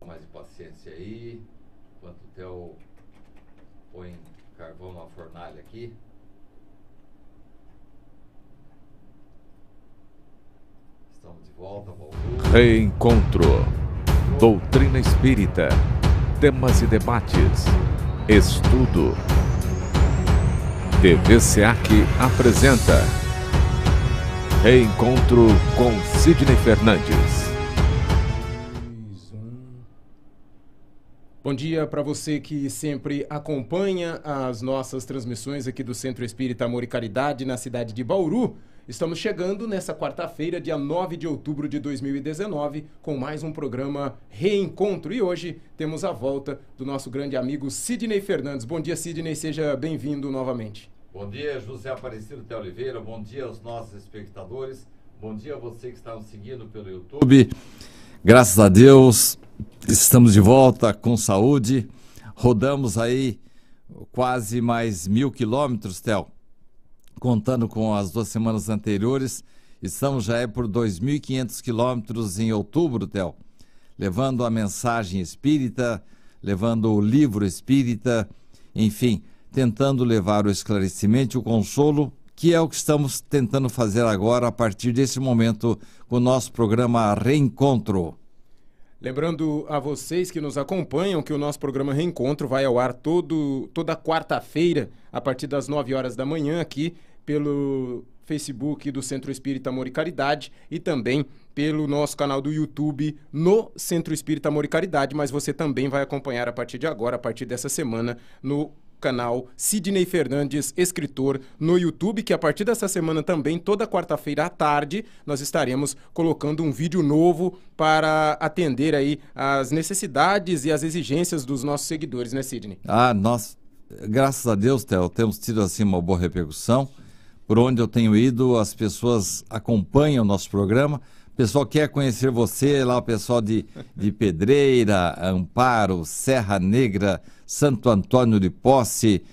Mais de paciência aí, enquanto o Theo põe carvão na fornalha aqui. Estamos de volta, Bauru. Reencontro. Doutrina espírita. Temas e debates. Estudo. TV SEAC apresenta Reencontro com Sidney Fernandes. Bom dia para você que sempre acompanha as nossas transmissões aqui do Centro Espírita Amor e Caridade na cidade de Bauru. Estamos chegando nessa quarta-feira, dia 9 de outubro de 2019, com mais um programa Reencontro. E hoje temos a volta do nosso grande amigo Sidney Fernandes. Bom dia, Sidney, seja bem-vindo novamente. Bom dia, José Aparecido Theo Oliveira. Bom dia aos nossos espectadores. Bom dia a você que está nos seguindo pelo YouTube. Graças a Deus, estamos de volta com saúde. Rodamos aí quase mais 1.000 quilômetros, Theo. Contando com as 2 semanas anteriores, estamos já por 2.500 quilômetros em outubro, Theo, levando a mensagem espírita, levando o livro espírita, enfim, tentando levar o esclarecimento e o consolo, que é o que estamos tentando fazer agora a partir desse momento com o nosso programa Reencontro. Lembrando a vocês que nos acompanham que o nosso programa Reencontro vai ao ar toda quarta-feira, a partir das 9 horas da manhã, aqui pelo Facebook do Centro Espírita Amor e Caridade e também pelo nosso canal do YouTube no Centro Espírita Amor e Caridade, mas você também vai acompanhar a partir de agora, a partir dessa semana, no canal Sidney Fernandes, escritor, no YouTube, que a partir dessa semana também, toda quarta-feira à tarde, nós estaremos colocando um vídeo novo para atender aí as necessidades e as exigências dos nossos seguidores, né, Sidney? Nós, graças a Deus, Theo, temos tido assim uma boa repercussão. Por onde eu tenho ido, as pessoas acompanham o nosso programa. O pessoal quer conhecer você, lá o pessoal de Pedreira, Amparo, Serra Negra, Santo Antônio de Posse,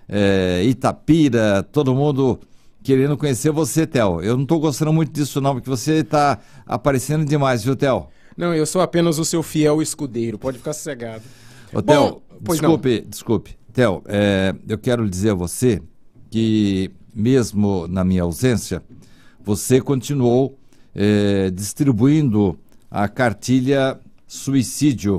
Itapira, todo mundo querendo conhecer você, Theo. Eu não estou gostando muito disso não, porque você está aparecendo demais, viu, Theo? Não, eu sou apenas o seu fiel escudeiro, pode ficar sossegado. Ô, Theo, desculpe. Theo, eu quero dizer a você que, mesmo na minha ausência, você continuou distribuindo a cartilha Suicídio,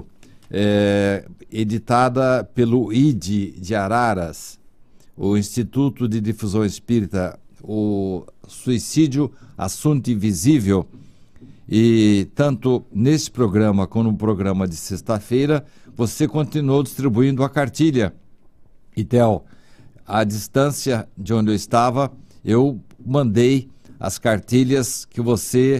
editada pelo ID de Araras, o Instituto de Difusão Espírita, o Suicídio, Assunto Invisível. E tanto nesse programa como no programa de sexta-feira, você continuou distribuindo a cartilha. E, Theo, à distância de onde eu estava, eu mandei as cartilhas que você,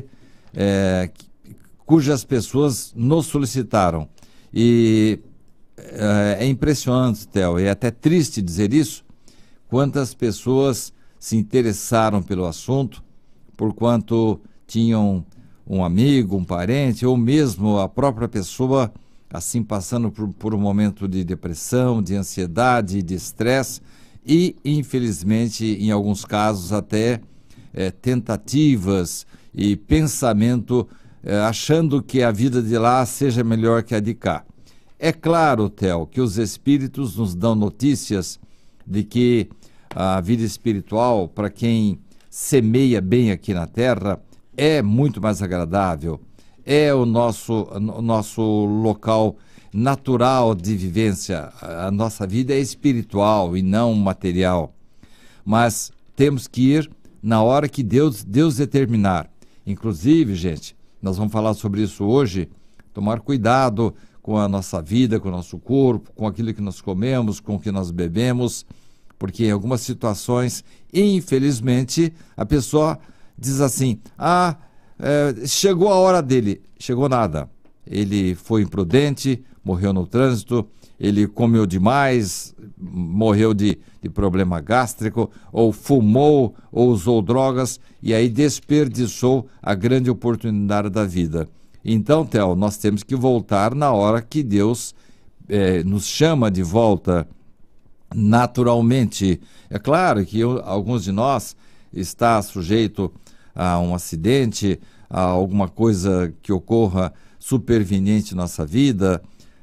cujas pessoas nos solicitaram. E é impressionante, Theo, é até triste dizer isso, quantas pessoas se interessaram pelo assunto, porquanto tinham um amigo, um parente, ou mesmo a própria pessoa, assim, passando por um momento de depressão, de ansiedade, de estresse, e, infelizmente, em alguns casos, até tentativas e pensamento, achando que a vida de lá seja melhor que a de cá. É claro, Theo, que os espíritos nos dão notícias de que a vida espiritual, para quem semeia bem aqui na Terra, é muito mais agradável, é o nosso local natural de vivência. A nossa vida é espiritual e não material. Mas temos que ir na hora que Deus determinar. Inclusive, gente, nós vamos falar sobre isso hoje, tomar cuidado com a nossa vida, com o nosso corpo, com aquilo que nós comemos, com o que nós bebemos, porque em algumas situações, infelizmente, a pessoa diz assim, chegou a hora dele. Chegou nada. Ele foi imprudente, morreu no trânsito, ele comeu demais, morreu de problema gástrico, ou fumou, ou usou drogas, e aí desperdiçou a grande oportunidade da vida. Então, Theo, nós temos que voltar na hora que Deus nos chama de volta naturalmente. É claro que alguns de nós está sujeito a um acidente, a alguma coisa que ocorra superveniente em nossa vida,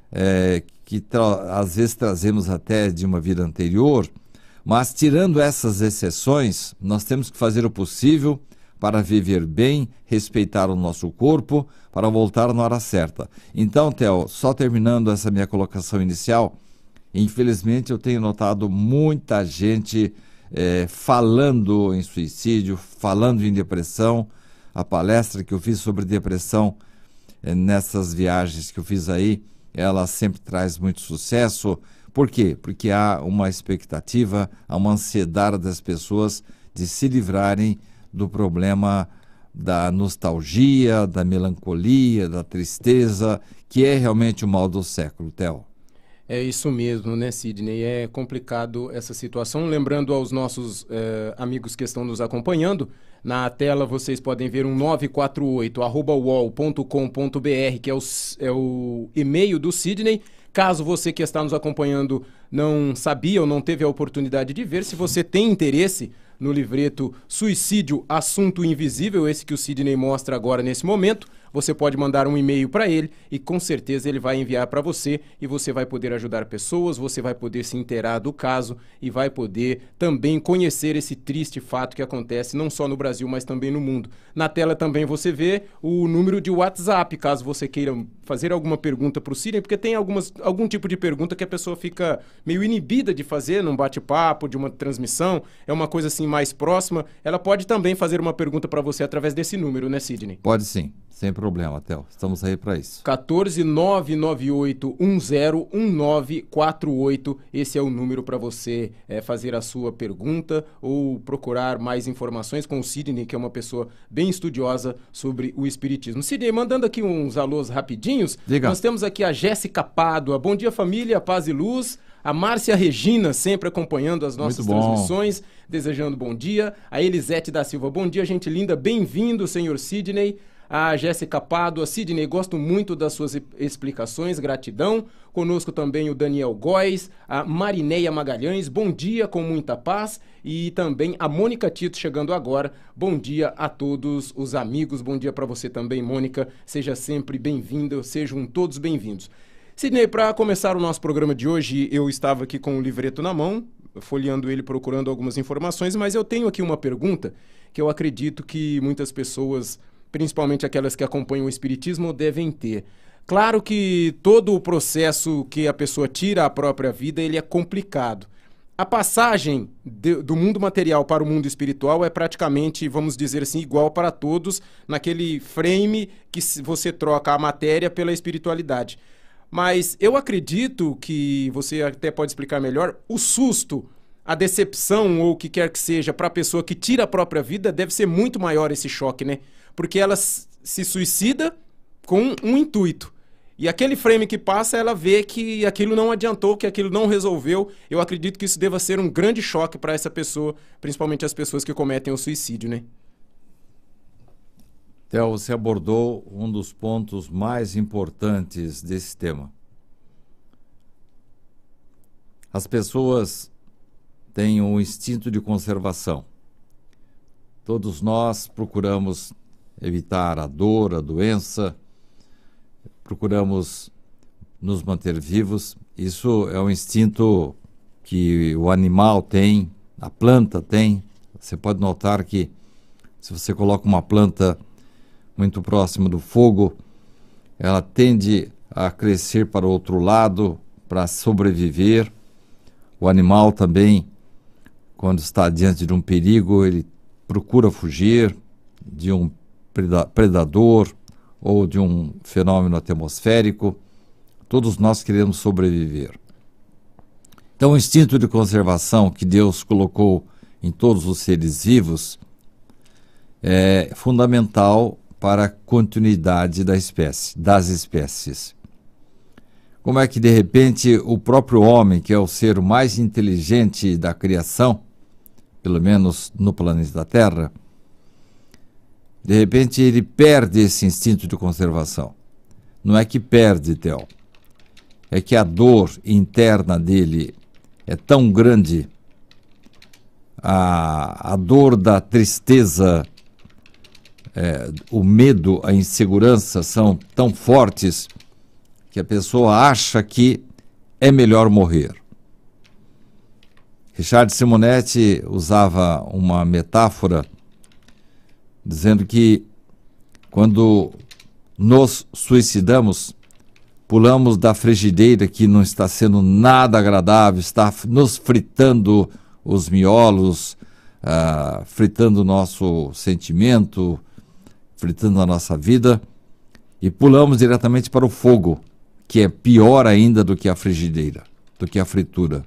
às vezes trazemos até de uma vida anterior, mas tirando essas exceções, nós temos que fazer o possível para viver bem, respeitar o nosso corpo, para voltar na hora certa. Então, Theo, só terminando essa minha colocação inicial, infelizmente eu tenho notado muita gente falando em suicídio, falando em depressão. A palestra que eu fiz sobre depressão nessas viagens que eu fiz aí, ela sempre traz muito sucesso. Por quê? Porque há uma expectativa, há uma ansiedade das pessoas de se livrarem do problema da nostalgia, da melancolia, da tristeza, que é realmente o mal do século, Theo. É isso mesmo, né, Sidney? É complicado essa situação. Lembrando aos nossos amigos que estão nos acompanhando, na tela vocês podem ver um 948@uol.com.br, que é o e-mail do Sidney. Caso você que está nos acompanhando não sabia ou não teve a oportunidade de ver, se você tem interesse no livreto Suicídio, Assunto Invisível, esse que o Sidney mostra agora nesse momento, você pode mandar um e-mail para ele e com certeza ele vai enviar para você e você vai poder ajudar pessoas, você vai poder se inteirar do caso e vai poder também conhecer esse triste fato que acontece não só no Brasil, mas também no mundo. Na tela também você vê o número de WhatsApp, caso você queira fazer alguma pergunta para o Sidney, porque tem algum tipo de pergunta que a pessoa fica meio inibida de fazer num bate-papo, de uma transmissão, é uma coisa assim mais próxima. Ela pode também fazer uma pergunta para você através desse número, né, Sidney? Pode sim. Sem problema, Theo. Estamos aí para isso. 14998101948. Esse é o número para você fazer a sua pergunta ou procurar mais informações com o Sidney, que é uma pessoa bem estudiosa sobre o espiritismo. Sidney, mandando aqui uns alôs rapidinhos. Diga. Nós temos aqui a Jéssica Pádua. Bom dia, família, paz e luz. A Márcia Regina, sempre acompanhando as nossas transmissões, desejando bom dia. A Elisete da Silva, bom dia, gente linda. Bem-vindo, senhor Sidney. A Jéssica Pádua, Sidney, gosto muito das suas explicações, gratidão. Conosco também o Daniel Góes, a Marineia Magalhães, bom dia, com muita paz. E também a Mônica Tito chegando agora. Bom dia a todos os amigos, bom dia para você também, Mônica. Seja sempre bem-vinda, sejam todos bem-vindos. Sidney, para começar o nosso programa de hoje, eu estava aqui com o livreto na mão, folheando ele, procurando algumas informações, mas eu tenho aqui uma pergunta que eu acredito que muitas pessoas, principalmente aquelas que acompanham o espiritismo, devem ter. Claro que todo o processo que a pessoa tira a própria vida, ele é complicado. A passagem do mundo material para o mundo espiritual é praticamente, vamos dizer assim, igual para todos, naquele frame que você troca a matéria pela espiritualidade. Mas eu acredito que, você até pode explicar melhor, o susto, a decepção ou o que quer que seja para a pessoa que tira a própria vida, deve ser muito maior esse choque, né? Porque ela se suicida com um intuito. E aquele frame que passa, ela vê que aquilo não adiantou, que aquilo não resolveu. Eu acredito que isso deva ser um grande choque para essa pessoa, principalmente as pessoas que cometem o suicídio, né? Theo, você abordou um dos pontos mais importantes desse tema. As pessoas têm um instinto de conservação. Todos nós procuramos evitar a dor, a doença, procuramos nos manter vivos. Isso é um instinto que o animal tem, a planta tem. Você pode notar que se você coloca uma planta muito próximo do fogo, ela tende a crescer para o outro lado para sobreviver. O animal também, quando está diante de um perigo, ele procura fugir de um predador ou de um fenômeno atmosférico. Todos nós queremos sobreviver. Então, o instinto de conservação que Deus colocou em todos os seres vivos é fundamental para a continuidade das espécies. Como é que, de repente, o próprio homem, que é o ser mais inteligente da criação, pelo menos no planeta Terra, de repente ele perde esse instinto de conservação. Não é que perde, Theo. É que a dor interna dele é tão grande, a dor da tristeza o medo, a insegurança são tão fortes que a pessoa acha que é melhor morrer. Richard Simonetti usava uma metáfora dizendo que quando nos suicidamos, pulamos da frigideira que não está sendo nada agradável, está nos fritando os miolos, fritando o nosso sentimento, fritando a nossa vida, e pulamos diretamente para o fogo, que é pior ainda do que a frigideira, do que a fritura.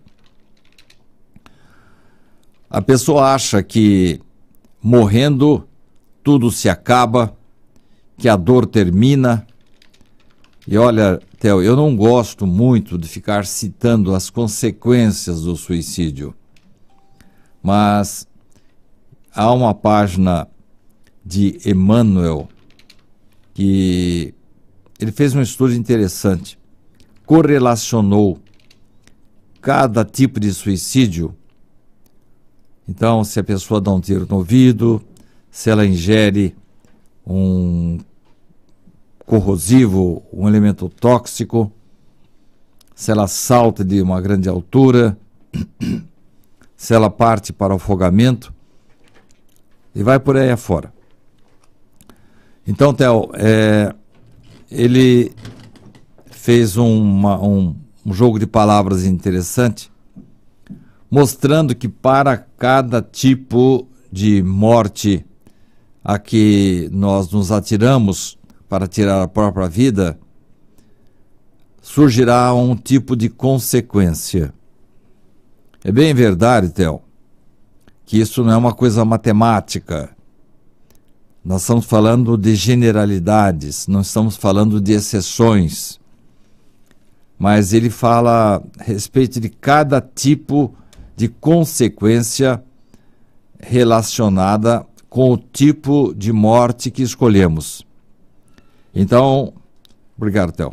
A pessoa acha que morrendo tudo se acaba, que a dor termina. E olha, Theo, eu não gosto muito de ficar citando as consequências do suicídio, mas há uma página de Emmanuel que ele fez um estudo interessante, correlacionou cada tipo de suicídio. Então, se a pessoa dá um tiro no ouvido, se ela ingere um corrosivo, um elemento tóxico, se ela salta de uma grande altura, se ela parte para o afogamento, e vai por aí afora. Então, Theo, ele fez um jogo de palavras interessante, mostrando que para cada tipo de morte a que nós nos atiramos para tirar a própria vida, surgirá um tipo de consequência. É bem verdade, Theo, que isso não é uma coisa matemática. Nós estamos falando de generalidades, não estamos falando de exceções. Mas ele fala a respeito de cada tipo de consequência relacionada com o tipo de morte que escolhemos. Então, obrigado, Theo.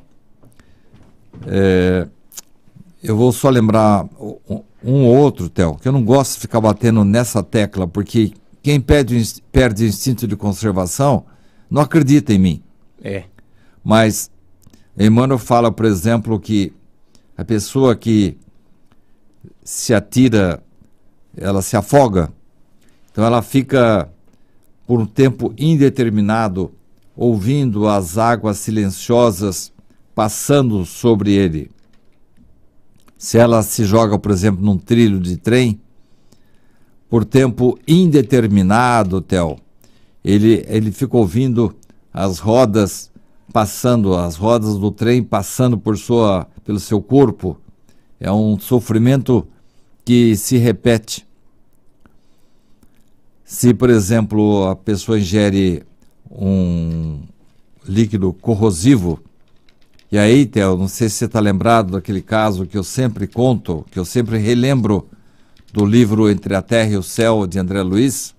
Eu vou só lembrar um ou outro, Theo, que eu não gosto de ficar batendo nessa tecla, porque quem perde o instinto de conservação não acredita em mim. Mas Emmanuel fala, por exemplo, que a pessoa que se atira, ela se afoga, então ela fica por um tempo indeterminado ouvindo as águas silenciosas passando sobre ele. Se ela se joga, por exemplo, num trilho de trem, por tempo indeterminado, Theo, ele fica ouvindo as rodas passando, as rodas do trem passando pelo seu corpo. É um sofrimento que se repete. Se, por exemplo, a pessoa ingere um líquido corrosivo, e aí, Theo, não sei se você está lembrado daquele caso que eu sempre conto, que eu sempre relembro do livro Entre a Terra e o Céu, de André Luiz,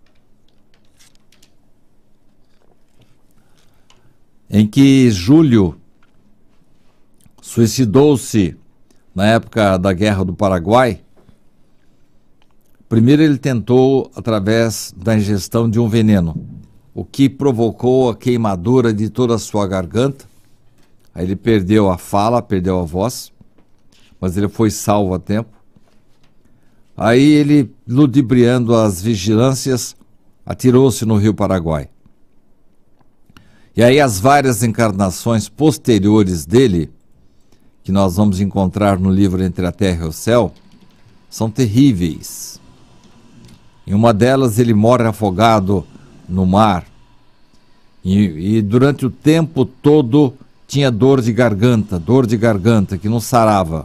em que Júlio suicidou-se na época da Guerra do Paraguai. Primeiro ele tentou através da ingestão de um veneno, o que provocou a queimadura de toda a sua garganta. Aí ele perdeu a fala, perdeu a voz, mas ele foi salvo a tempo. Aí ele, ludibriando as vigilâncias, atirou-se no Rio Paraguai. E aí as várias encarnações posteriores dele, que nós vamos encontrar no livro Entre a Terra e o Céu, são terríveis. Em uma delas ele morre afogado no mar. E durante o tempo todo tinha dor de garganta, que não sarava.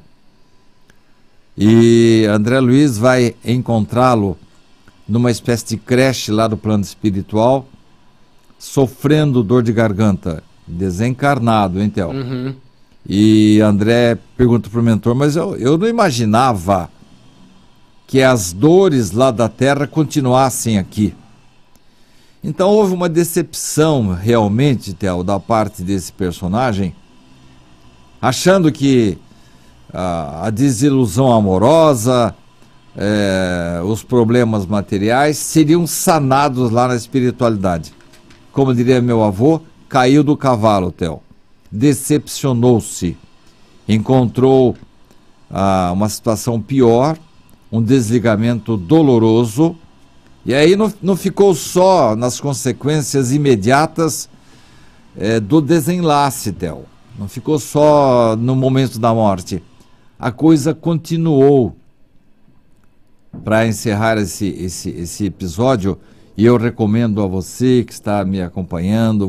E André Luiz vai encontrá-lo numa espécie de creche lá do plano espiritual, sofrendo dor de garganta, desencarnado, hein, Theo? Uhum. E André pergunta para o mentor, mas eu não imaginava que as dores lá da Terra continuassem aqui. Então houve uma decepção realmente, Theo, da parte desse personagem, achando que a desilusão amorosa, os problemas materiais seriam sanados lá na espiritualidade. como diria meu avô, caiu do cavalo, Theo. Decepcionou-se. Encontrou uma situação pior, um desligamento doloroso, e aí não ficou só nas consequências imediatas do desenlace, Theo. Não ficou só no momento da morte. A coisa continuou. Para encerrar esse episódio, e eu recomendo a você que está me acompanhando,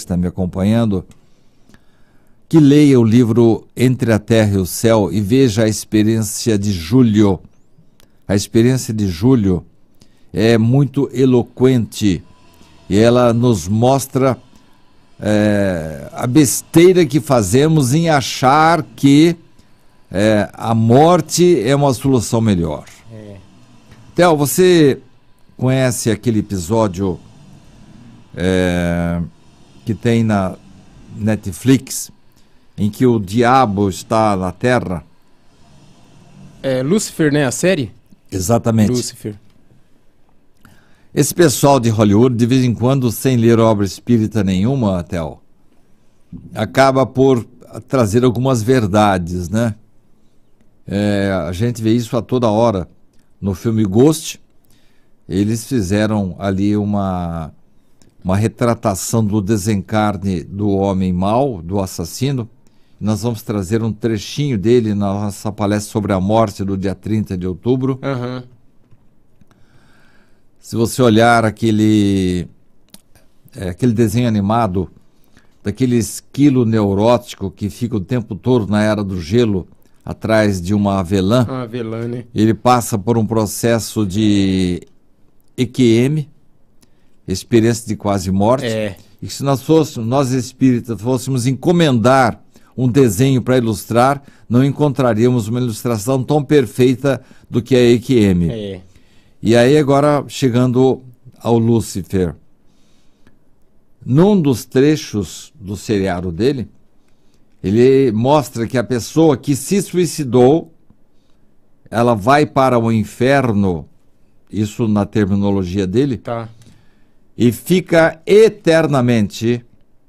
que leia o livro Entre a Terra e o Céu e veja a experiência de Júlio. A experiência de Júlio é muito eloquente e ela nos mostra a besteira que fazemos em achar que a morte é uma solução melhor. Theo, você conhece aquele episódio que tem na Netflix, em que o diabo está na Terra? Lúcifer, né? A série? Exatamente. Lúcifer. Esse pessoal de Hollywood, de vez em quando, sem ler obra espírita nenhuma, Theo, acaba por trazer algumas verdades, né? A gente vê isso a toda hora. No filme Ghost, eles fizeram ali uma retratação do desencarne do homem mau, do assassino. Nós vamos trazer um trechinho dele na nossa palestra sobre a morte do dia 30 de outubro. Uhum. Se você olhar aquele desenho animado daquele esquilo neurótico que fica o tempo todo na Era do Gelo, atrás de uma avelã. Uma avelã, né? Ele passa por um processo de EQM, experiência de quase morte. E se nós espíritas fôssemos encomendar um desenho para ilustrar, não encontraríamos uma ilustração tão perfeita do que a EQM. E aí agora, chegando ao Lúcifer, num dos trechos do seriado dele, ele mostra que a pessoa que se suicidou, ela vai para o inferno, isso na terminologia dele, e fica eternamente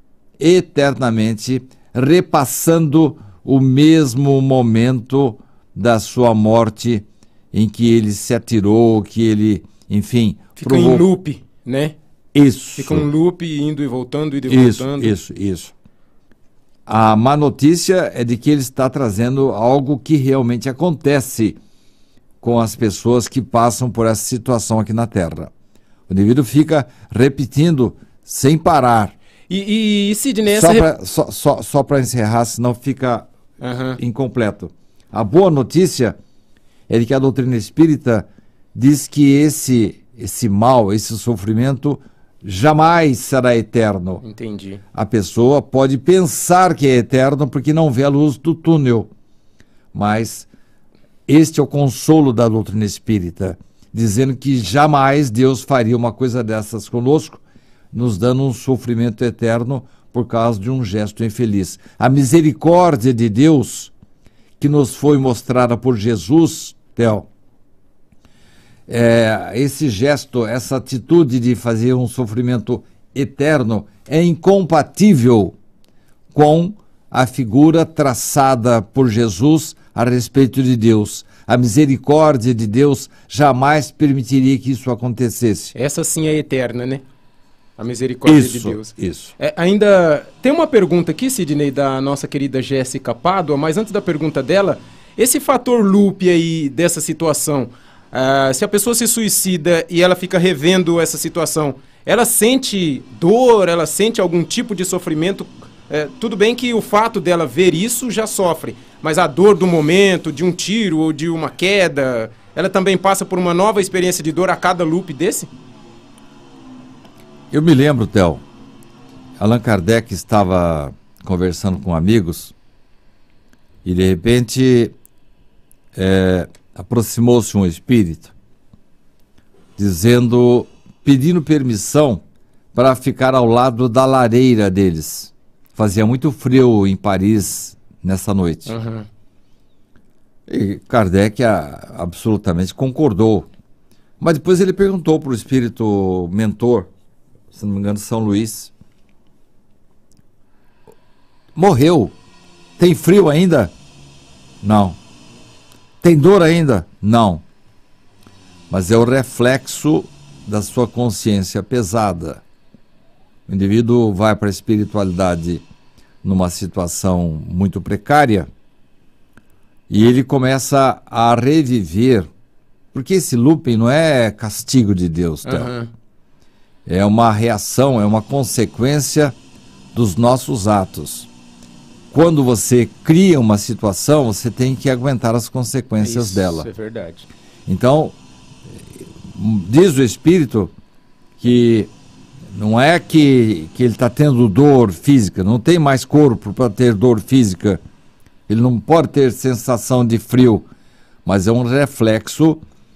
repassando o mesmo momento da sua morte em que ele se atirou, que ele, enfim... Fica em loop, né? Isso. Fica um loop indo e voltando, indo e voltando. Isso. A má notícia é de que ele está trazendo algo que realmente acontece com as pessoas que passam por essa situação aqui na Terra. O indivíduo fica repetindo sem parar. E Sidney, só para encerrar, senão fica incompleto. A boa notícia é de que a doutrina espírita diz que esse mal, esse sofrimento jamais será eterno. Entendi. A pessoa pode pensar que é eterno porque não vê a luz do túnel. Mas este é o consolo da doutrina espírita, dizendo que jamais Deus faria uma coisa dessas conosco, nos dando um sofrimento eterno por causa de um gesto infeliz. A misericórdia de Deus, que nos foi mostrada por Jesus, Theo, esse gesto, essa atitude de fazer um sofrimento eterno é incompatível com a figura traçada por Jesus a respeito de Deus. A misericórdia de Deus jamais permitiria que isso acontecesse. Essa sim é eterna, né? A misericórdia de Deus. Isso. Ainda tem uma pergunta aqui, Sidney, da nossa querida Jéssica Pádua, mas antes da pergunta dela, esse fator loop aí dessa situação, se a pessoa se suicida e ela fica revendo essa situação, ela sente dor, ela sente algum tipo de sofrimento? Tudo bem que o fato dela ver isso já sofre, mas a dor do momento, de um tiro ou de uma queda, ela também passa por uma nova experiência de dor a cada loop desse? Eu me lembro, Theo, Allan Kardec estava conversando com amigos e de repente aproximou-se um espírito pedindo permissão para ficar ao lado da lareira deles. Fazia muito frio em Paris nessa noite. Uhum. E Kardec absolutamente concordou. Mas depois ele perguntou para o espírito mentor, se não me engano, São Luís. Morreu. Tem frio ainda? Não. Tem dor ainda? Não. Mas é o reflexo da sua consciência pesada. O indivíduo vai para a espiritualidade numa situação muito precária e ele começa a reviver, porque esse looping não é castigo de Deus, tá? É uma reação, é uma consequência dos nossos atos. Quando você cria uma situação, você tem que aguentar as consequências dela. Isso é verdade. Então, diz o Espírito que não é que ele está tendo dor física, não tem mais corpo para ter dor física, ele não pode ter sensação de frio, mas é um reflexo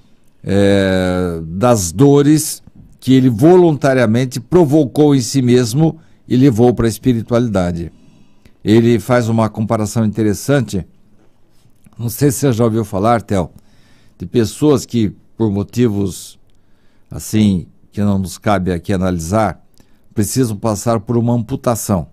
das dores que ele voluntariamente provocou em si mesmo e levou para a espiritualidade. Ele faz uma comparação interessante, não sei se você já ouviu falar, Theo, de pessoas que, por motivos assim, que não nos cabe aqui analisar, precisam passar por uma amputação.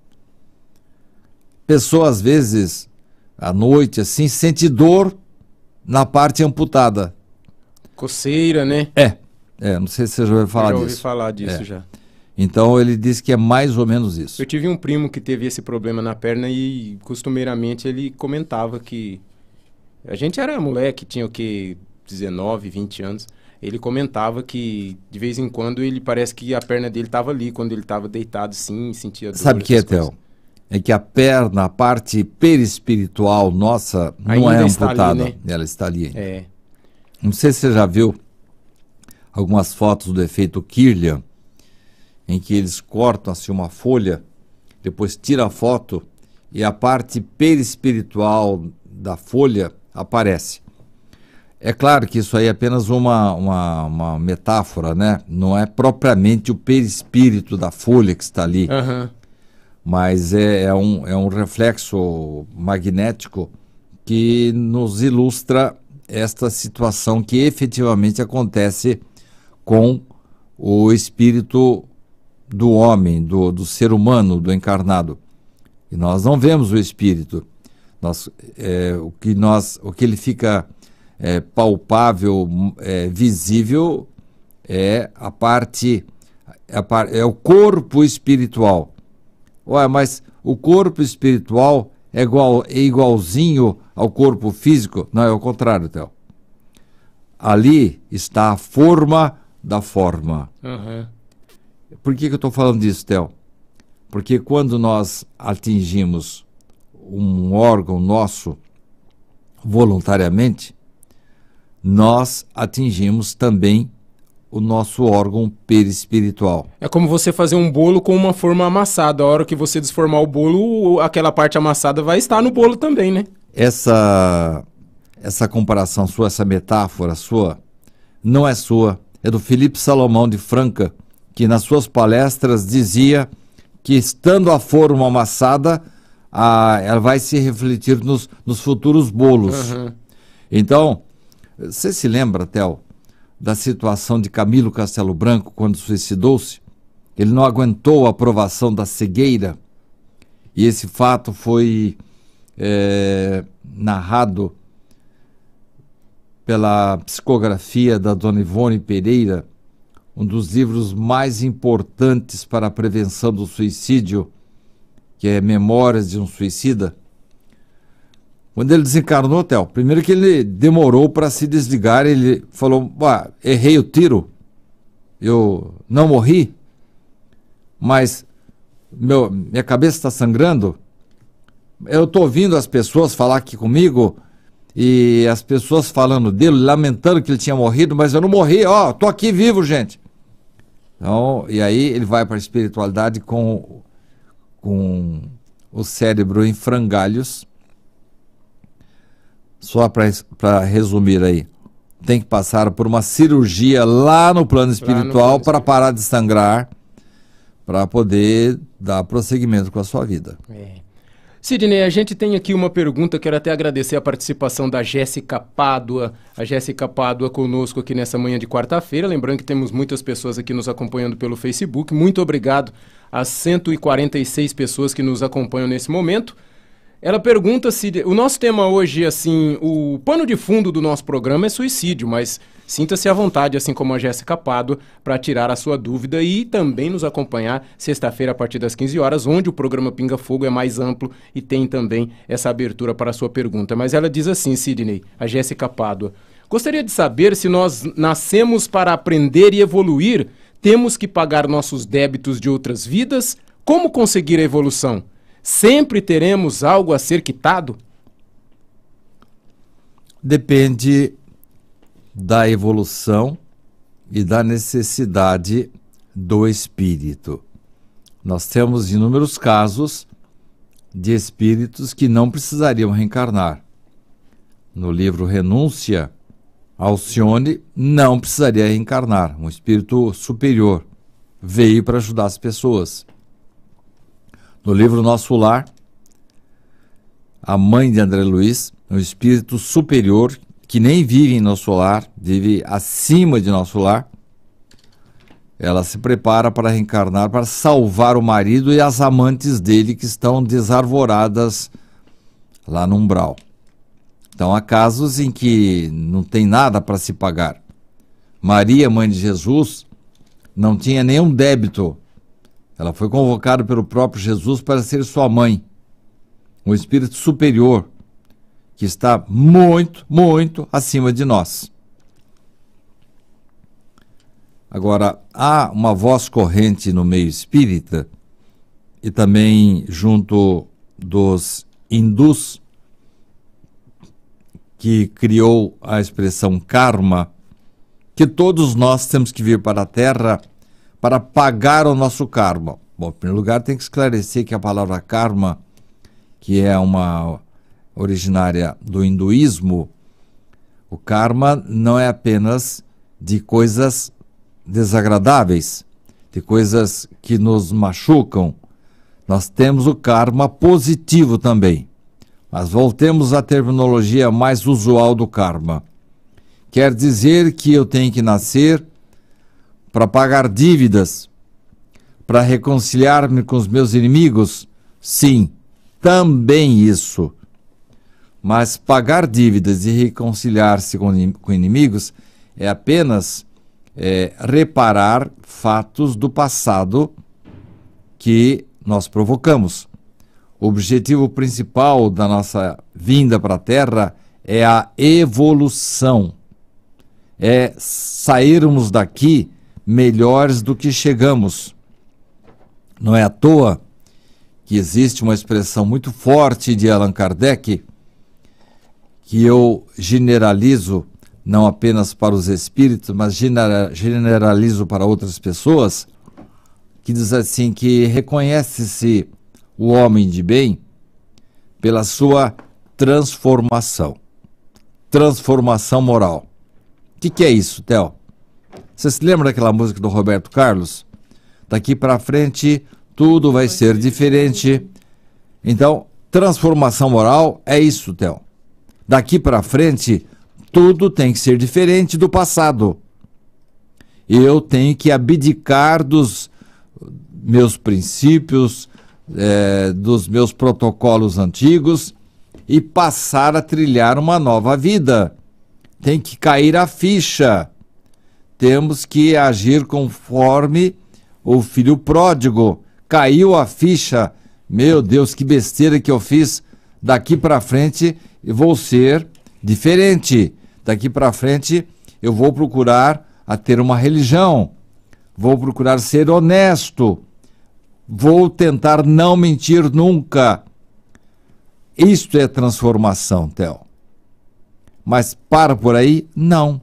Pessoa, às vezes, à noite, assim, sente dor na parte amputada. Coceira, né? Não sei se você já ouviu falar disso. Já ouvi falar disso, já. Então, ele diz que é mais ou menos isso. Eu tive um primo que teve esse problema na perna e, costumeiramente, ele comentava que... A gente era moleque, tinha o quê? 19, 20 anos. Ele comentava que, de vez em quando, ele parece que a perna dele estava ali, quando ele estava deitado, sim, sentia dor. Sabe o que é, Theo? É que a perna, a parte perispiritual nossa, não é amputada. Ali, né? Ela está ali. Não sei se você já viu algumas fotos do efeito Kirlian, em que eles cortam assim uma folha, depois tira a foto e a parte perispiritual da folha aparece. É claro que isso aí é apenas uma metáfora, né? Não é propriamente o perispírito da folha que está ali, mas é um reflexo magnético que nos ilustra esta situação que efetivamente acontece com o espírito do homem, do ser humano, do encarnado. E nós não vemos o espírito. O que ele fica palpável, visível, é a parte, é o corpo espiritual. Ué, mas o corpo espiritual é igualzinho ao corpo físico? Não, é o contrário, Theo. Ali está a forma da forma. Por que eu estou falando disso, Theo? Porque quando nós atingimos um órgão nosso voluntariamente, nós atingimos também o nosso órgão perispiritual. É como você fazer um bolo com uma forma amassada. A hora que você desformar o bolo, aquela parte amassada vai estar no bolo também, né? Essa comparação sua, essa metáfora sua, não é sua. É do Felipe Salomão de Franca, que nas suas palestras dizia que, estando a forma amassada, ela vai se refletir nos futuros bolos. Então, você se lembra, Theo, da situação de Camilo Castelo Branco quando suicidou-se? Ele não aguentou a aprovação da cegueira, e esse fato foi narrado pela psicografia da Dona Ivone Pereira, um dos livros mais importantes para a prevenção do suicídio, que é Memórias de um Suicida. Quando ele desencarnou, Theo, primeiro que ele demorou para se desligar, ele falou: errei o tiro, eu não morri, mas minha cabeça está sangrando, eu estou ouvindo as pessoas falar aqui comigo, e as pessoas falando dele, lamentando que ele tinha morrido, mas eu não morri, estou aqui vivo, gente. Então, e aí ele vai para a espiritualidade com o cérebro em frangalhos. Só para resumir aí, tem que passar por uma cirurgia lá no plano espiritual para parar de sangrar, para poder dar prosseguimento com a sua vida. Sidney, a gente tem aqui uma pergunta, quero até agradecer a participação da Jéssica Pádua. A Jéssica Pádua conosco aqui nessa manhã de quarta-feira. Lembrando que temos muitas pessoas aqui nos acompanhando pelo Facebook. Muito obrigado às 146 pessoas que nos acompanham nesse momento. Ela pergunta se... O nosso tema hoje, assim, o pano de fundo do nosso programa é suicídio, mas sinta-se à vontade, assim como a Jéssica Pádua, para tirar a sua dúvida e também nos acompanhar sexta-feira a partir das 15 horas, onde o programa Pinga Fogo é mais amplo e tem também essa abertura para a sua pergunta. Mas ela diz assim, Sidney, a Jéssica Pádua, gostaria de saber se nós nascemos para aprender e evoluir, temos que pagar nossos débitos de outras vidas? Como conseguir a evolução? Sempre teremos algo a ser quitado? Depende da evolução e da necessidade do espírito. Nós temos inúmeros casos de espíritos que não precisariam reencarnar. No livro Renúncia, Alcione não precisaria reencarnar. Um espírito superior veio para ajudar as pessoas. No livro Nosso Lar, a mãe de André Luiz, um espírito superior que nem vive em nosso lar, vive acima de nosso lar. Ela se prepara para reencarnar, para salvar o marido e as amantes dele que estão desarvoradas lá no umbral. Então há casos em que não tem nada para se pagar. Maria, mãe de Jesus, não tinha nenhum débito. Ela foi convocada pelo próprio Jesus para ser sua mãe. Um espírito superior que está muito, muito acima de nós. Agora, há uma voz corrente no meio espírita e também junto dos hindus que criou a expressão karma, que todos nós temos que vir para a Terra para pagar o nosso karma. Bom, em primeiro lugar, tem que esclarecer que a palavra karma, que é uma originária do hinduísmo, o karma não é apenas de coisas desagradáveis, de coisas que nos machucam. Nós temos o karma positivo também. Mas voltemos à terminologia mais usual do karma. Quer dizer que eu tenho que nascer para pagar dívidas, para reconciliar-me com os meus inimigos? Sim, também isso. Mas pagar dívidas e reconciliar-se com inimigos é apenas reparar fatos do passado que nós provocamos. O objetivo principal da nossa vinda para a Terra é a evolução. É sairmos daqui melhores do que chegamos. Não é à toa que existe uma expressão muito forte de Allan Kardec, que eu generalizo não apenas para os espíritos, mas generalizo para outras pessoas, que diz assim, que reconhece-se o homem de bem pela sua transformação. Transformação moral. O que é isso, Theo? Você se lembra daquela música do Roberto Carlos? Daqui para frente tudo vai ser diferente. Então, transformação moral é isso, Theo. Daqui para frente tudo tem que ser diferente do passado. Eu tenho que abdicar dos meus princípios, dos meus protocolos antigos e passar a trilhar uma nova vida. Tem que cair a ficha. Temos que agir conforme o filho pródigo. Caiu a ficha. Meu Deus, que besteira que eu fiz. Daqui para frente eu vou ser diferente. Daqui para frente eu vou procurar a ter uma religião. Vou procurar ser honesto. Vou tentar não mentir nunca. Isto é transformação, Theo. Mas para por aí? Não.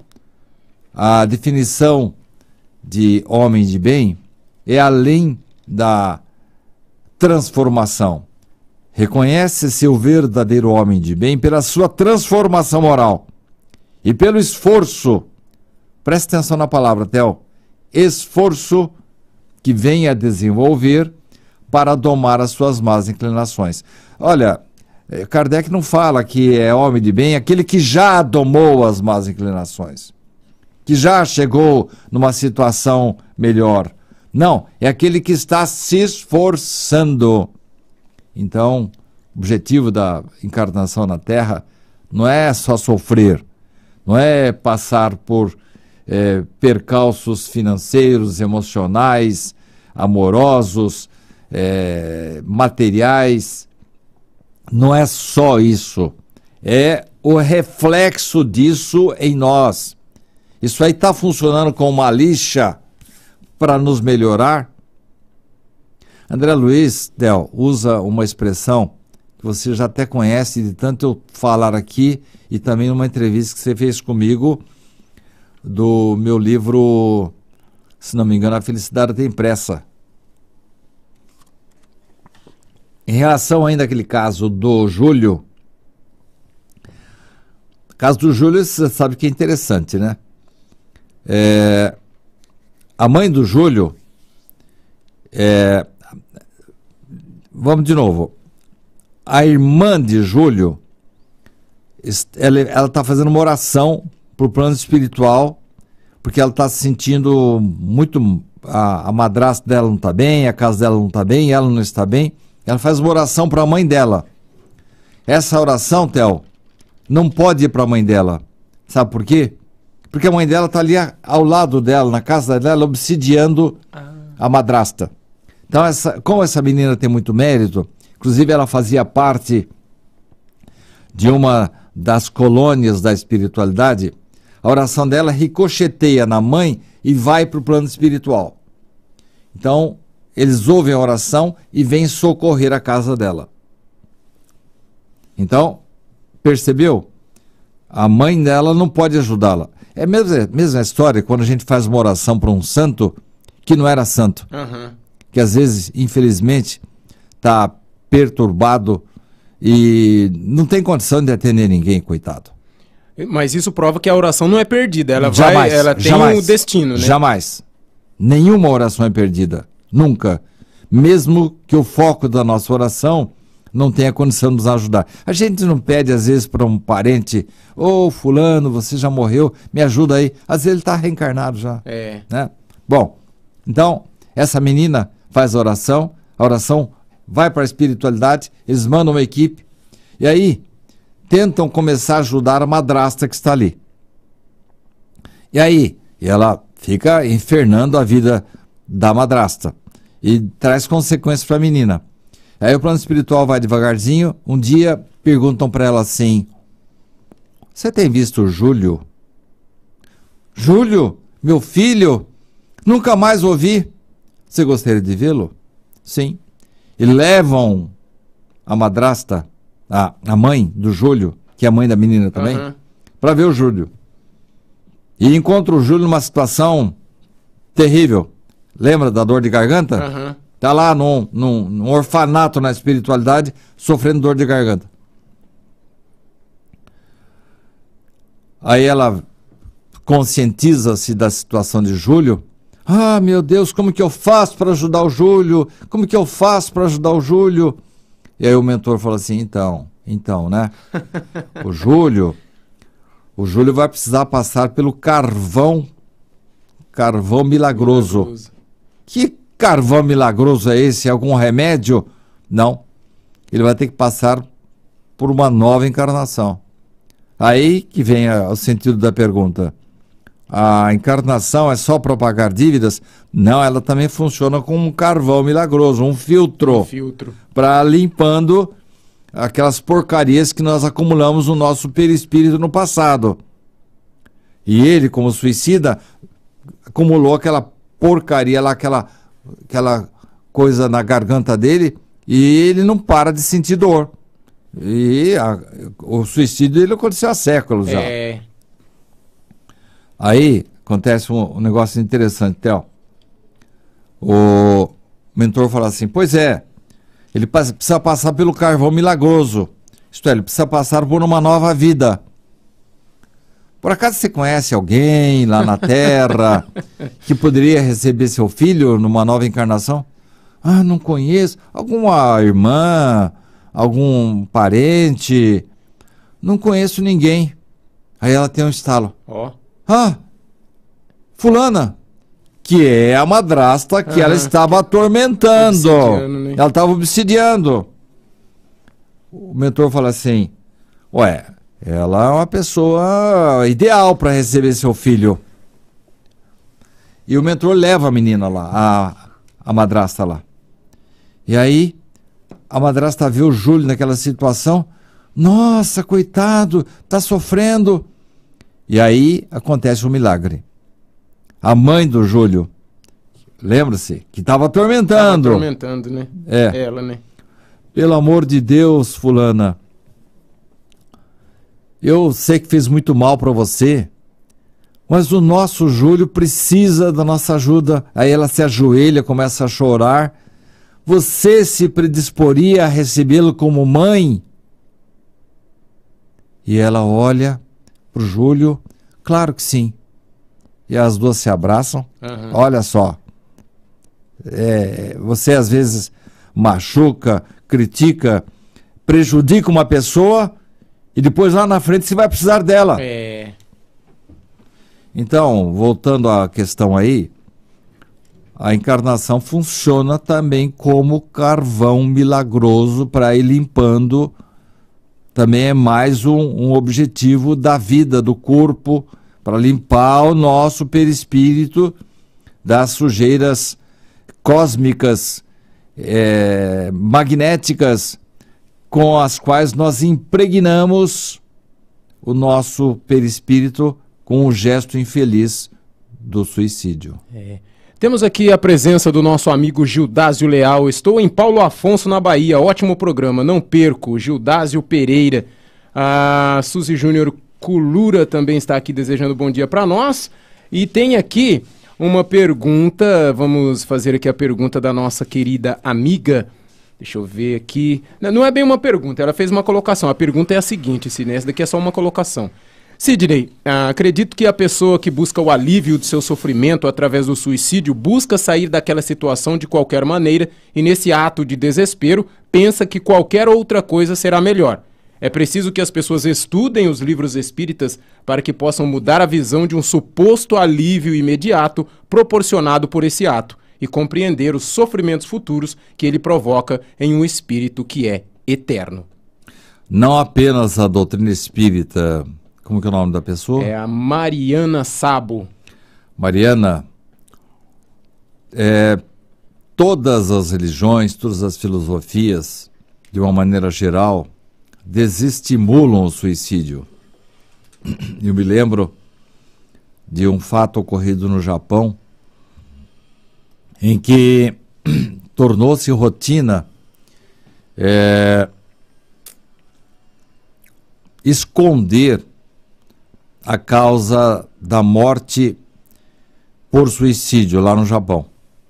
A definição de homem de bem é além da transformação. Reconhece-se o verdadeiro homem de bem pela sua transformação moral e pelo esforço. Preste atenção na palavra, Theo. Esforço que vem a desenvolver para domar as suas más inclinações. Olha, Kardec não fala que é homem de bem aquele que já domou as más inclinações, que já chegou numa situação melhor. Não, é aquele que está se esforçando. Então, o objetivo da encarnação na Terra não é só sofrer, não é passar por percalços financeiros, emocionais, amorosos, materiais. Não é só isso, é o reflexo disso em nós. Isso aí está funcionando como uma lixa para nos melhorar. André Luiz, Del, usa uma expressão que você já até conhece de tanto eu falar aqui e também numa entrevista que você fez comigo do meu livro, se não me engano, A Felicidade Tem Pressa. Em relação ainda àquele caso do Júlio, o caso do Júlio, você sabe que é interessante, né? A mãe do Júlio, vamos de novo, a irmã de Júlio, ela está fazendo uma oração para o plano espiritual, porque ela está se sentindo muito, a madrasta dela não está bem, a casa dela não está bem, ela não está bem. Ela faz uma oração para a mãe dela. Essa oração, Theo, não pode ir para a mãe dela. Sabe por quê? Porque a mãe dela está ali ao lado dela, na casa dela, obsidiando a madrasta. Então, como essa menina tem muito mérito, inclusive ela fazia parte de uma das colônias da espiritualidade, a oração dela ricocheteia na mãe e vai para o plano espiritual. Então, eles ouvem a oração e vêm socorrer a casa dela. Então, percebeu? A mãe dela não pode ajudá-la. É a mesma história quando a gente faz uma oração para um santo que não era santo. Uhum. Que às vezes, infelizmente, está perturbado e não tem condição de atender ninguém, coitado. Mas isso prova que a oração não é perdida. Ela Jamais, ela tem jamais, um destino, né? Jamais. Nenhuma oração é perdida. Nunca. Mesmo que o foco da nossa oração não tenha condição de nos ajudar. A gente não pede, às vezes, para um parente, fulano, você já morreu, me ajuda aí. Às vezes ele está reencarnado já. Né? Bom, então, essa menina faz a oração vai para a espiritualidade, eles mandam uma equipe, e aí tentam começar a ajudar a madrasta que está ali. E aí, ela fica infernando a vida da madrasta e traz consequências para a menina. Aí o plano espiritual vai devagarzinho. Um dia perguntam para ela assim: você tem visto o Júlio? Júlio, meu filho, nunca mais ouvi. Você gostaria de vê-lo? Sim. E levam a madrasta, a mãe do Júlio, que é a mãe da menina também, para ver o Júlio. E encontra o Júlio numa situação terrível. Lembra da dor de garganta? Está lá num orfanato na espiritualidade, sofrendo dor de garganta. Aí ela conscientiza-se da situação de Júlio. Ah, meu Deus, como que eu faço para ajudar o Júlio? Como que eu faço para ajudar o Júlio? E aí o mentor falou assim, então, né? O Júlio vai precisar passar pelo carvão milagroso. Que carvão milagroso é esse? Algum remédio? Não. Ele vai ter que passar por uma nova encarnação. Aí que vem o sentido da pergunta. A encarnação é só para pagar dívidas? Não, ela também funciona como um carvão milagroso, um filtro. Para limpando aquelas porcarias que nós acumulamos no nosso perispírito no passado. E ele, como suicida, acumulou aquela porcaria lá, aquela coisa na garganta dele, e ele não para de sentir dor. E o suicídio dele aconteceu há séculos já. Aí acontece um negócio interessante, Theo. O mentor fala assim, pois é, ele precisa passar pelo carvão milagroso. Isto é, ele precisa passar por uma nova vida. Por acaso você conhece alguém lá na Terra que poderia receber seu filho numa nova encarnação? Ah, não conheço. Alguma irmã, algum parente? Não conheço ninguém. Aí ela tem um estalo. Ó. Ah, fulana, que é a madrasta que ela estava atormentando. Obsidiando, né? Ela estava obsidiando. O mentor fala assim, ué, ela é uma pessoa ideal para receber seu filho. E o mentor leva a menina lá, a madrasta lá. E aí, a madrasta vê o Júlio naquela situação. Nossa, coitado, tá sofrendo. E aí, acontece um milagre. A mãe do Júlio, lembra-se, que estava atormentando. Atormentando, né? É. Ela, né? Pelo amor de Deus, fulana. Eu sei que fiz muito mal para você, mas o nosso Júlio precisa da nossa ajuda. Aí ela se ajoelha, começa a chorar. Você se predisporia a recebê-lo como mãe? E ela olha para o Júlio, claro que sim. E as duas se abraçam. Olha só, você às vezes machuca, critica, prejudica uma pessoa e depois lá na frente você vai precisar dela. É. Então, voltando à questão aí, a encarnação funciona também como carvão milagroso para ir limpando. Também é mais um objetivo da vida, do corpo, para limpar o nosso perispírito das sujeiras cósmicas, magnéticas, com as quais nós impregnamos o nosso perispírito com o gesto infeliz do suicídio. Temos aqui a presença do nosso amigo Gildásio Leal. Estou em Paulo Afonso, na Bahia. Ótimo programa, não perco. Gildásio Pereira. A Suzy Júnior Culura também está aqui desejando bom dia para nós. E tem aqui uma pergunta, vamos fazer aqui a pergunta da nossa querida amiga. Deixa eu ver aqui. Não é bem uma pergunta, ela fez uma colocação. A pergunta é a seguinte, Sidney, essa daqui é só uma colocação. Sidney, acredito que a pessoa que busca o alívio do seu sofrimento através do suicídio busca sair daquela situação de qualquer maneira e nesse ato de desespero pensa que qualquer outra coisa será melhor. É preciso que as pessoas estudem os livros espíritas para que possam mudar a visão de um suposto alívio imediato proporcionado por esse ato e compreender os sofrimentos futuros que ele provoca em um espírito que é eterno. Não apenas a doutrina espírita. Como que é o nome da pessoa? É a Mariana Sabo. Mariana, todas as religiões, todas as filosofias, de uma maneira geral, desestimulam o suicídio. Eu me lembro de um fato ocorrido no Japão, em que tornou-se rotina esconder a causa da morte por suicídio lá no Japão.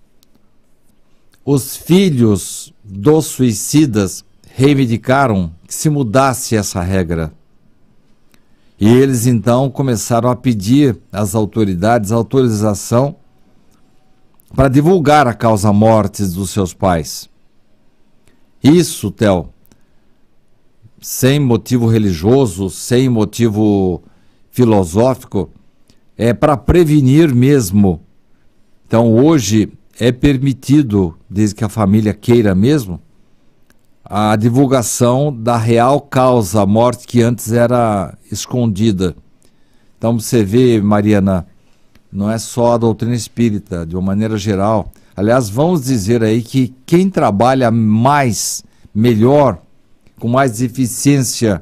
Os filhos dos suicidas reivindicaram que se mudasse essa regra. E eles então começaram a pedir às autoridades autorização para divulgar a causa-mortes dos seus pais. Isso, Theo, sem motivo religioso, sem motivo filosófico, é para prevenir mesmo. Então hoje é permitido, desde que a família queira mesmo, a divulgação da real causa, a morte que antes era escondida. Então você vê, Mariana, não é só a doutrina espírita, de uma maneira geral. Aliás, vamos dizer aí que quem trabalha mais, melhor, com mais eficiência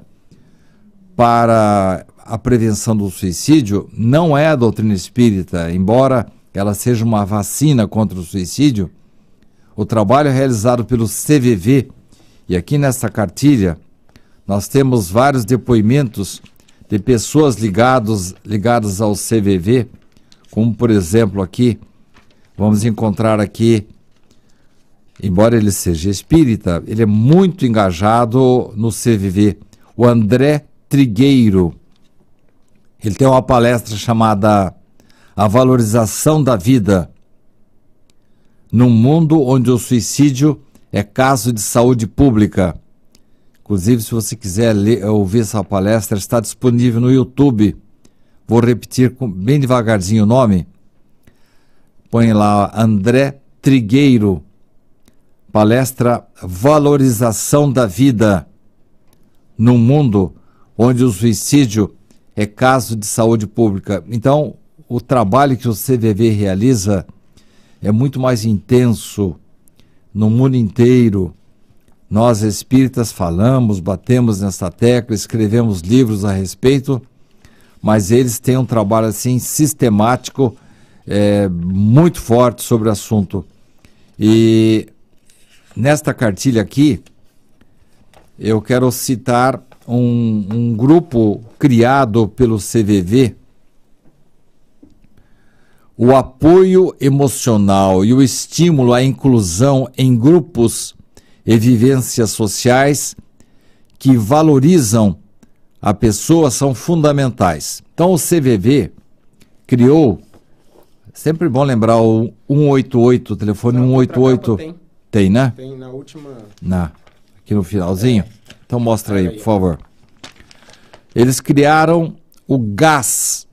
para a prevenção do suicídio, não é a doutrina espírita, embora ela seja uma vacina contra o suicídio. O trabalho é realizado pelo CVV, e aqui nesta cartilha nós temos vários depoimentos de pessoas ligadas ao CVV, como por exemplo aqui, vamos encontrar aqui, embora ele seja espírita, ele é muito engajado no CVV, o André Trigueiro. Ele tem uma palestra chamada A Valorização da Vida, num mundo onde o suicídio é caso de saúde pública. Inclusive, se você quiser ouvir essa palestra, está disponível no YouTube. Vou repetir bem devagarzinho o nome. Põe lá, André Trigueiro, palestra Valorização da Vida, num mundo onde o suicídio é caso de saúde pública. Então, o trabalho que o CVV realiza é muito mais intenso no mundo inteiro. Nós espíritas falamos, batemos nessa tecla, escrevemos livros a respeito, mas eles têm um trabalho assim sistemático, muito forte sobre o assunto. E nesta cartilha aqui, eu quero citar um grupo criado pelo CVV. O apoio emocional e o estímulo à inclusão em grupos e vivências sociais que valorizam a pessoa são fundamentais. Então o CVV criou, sempre bom lembrar o 188, o telefone 188. Tem, né? Tem na última... Aqui no finalzinho. Então mostra aí, por favor. Eles criaram o GASS,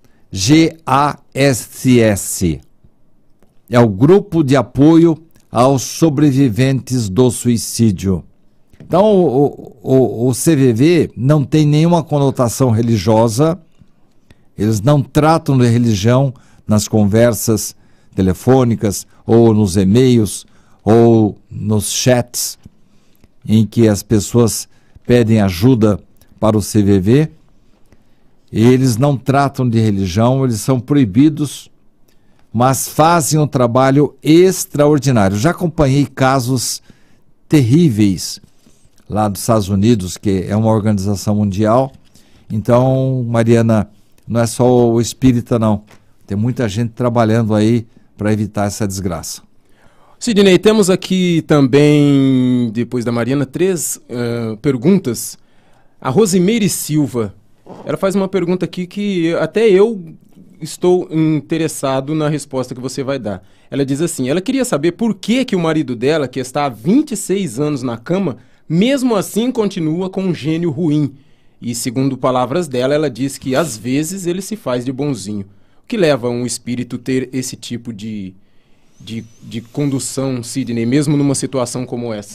GASS. É o Grupo de Apoio aos Sobreviventes do Suicídio. Então, o CVV não tem nenhuma conotação religiosa, eles não tratam de religião nas conversas telefônicas, ou nos e-mails, ou nos chats, em que as pessoas pedem ajuda para o CVV. Eles não tratam de religião, eles são proibidos, mas fazem um trabalho extraordinário. Já acompanhei casos terríveis lá dos Estados Unidos, que é uma organização mundial. Então, Mariana, não é só o espírita, não. Tem muita gente trabalhando aí para evitar essa desgraça. Sidney, temos aqui também, depois da Mariana, 3 perguntas. A Rosimeire Silva, ela faz uma pergunta aqui que até eu estou interessado na resposta que você vai dar. Ela diz assim, ela queria saber por que o marido dela, que está há 26 anos na cama, mesmo assim continua com um gênio ruim. E segundo palavras dela, ela diz que às vezes ele se faz de bonzinho. O que leva um espírito a ter esse tipo de condução, Sidney, mesmo numa situação como essa?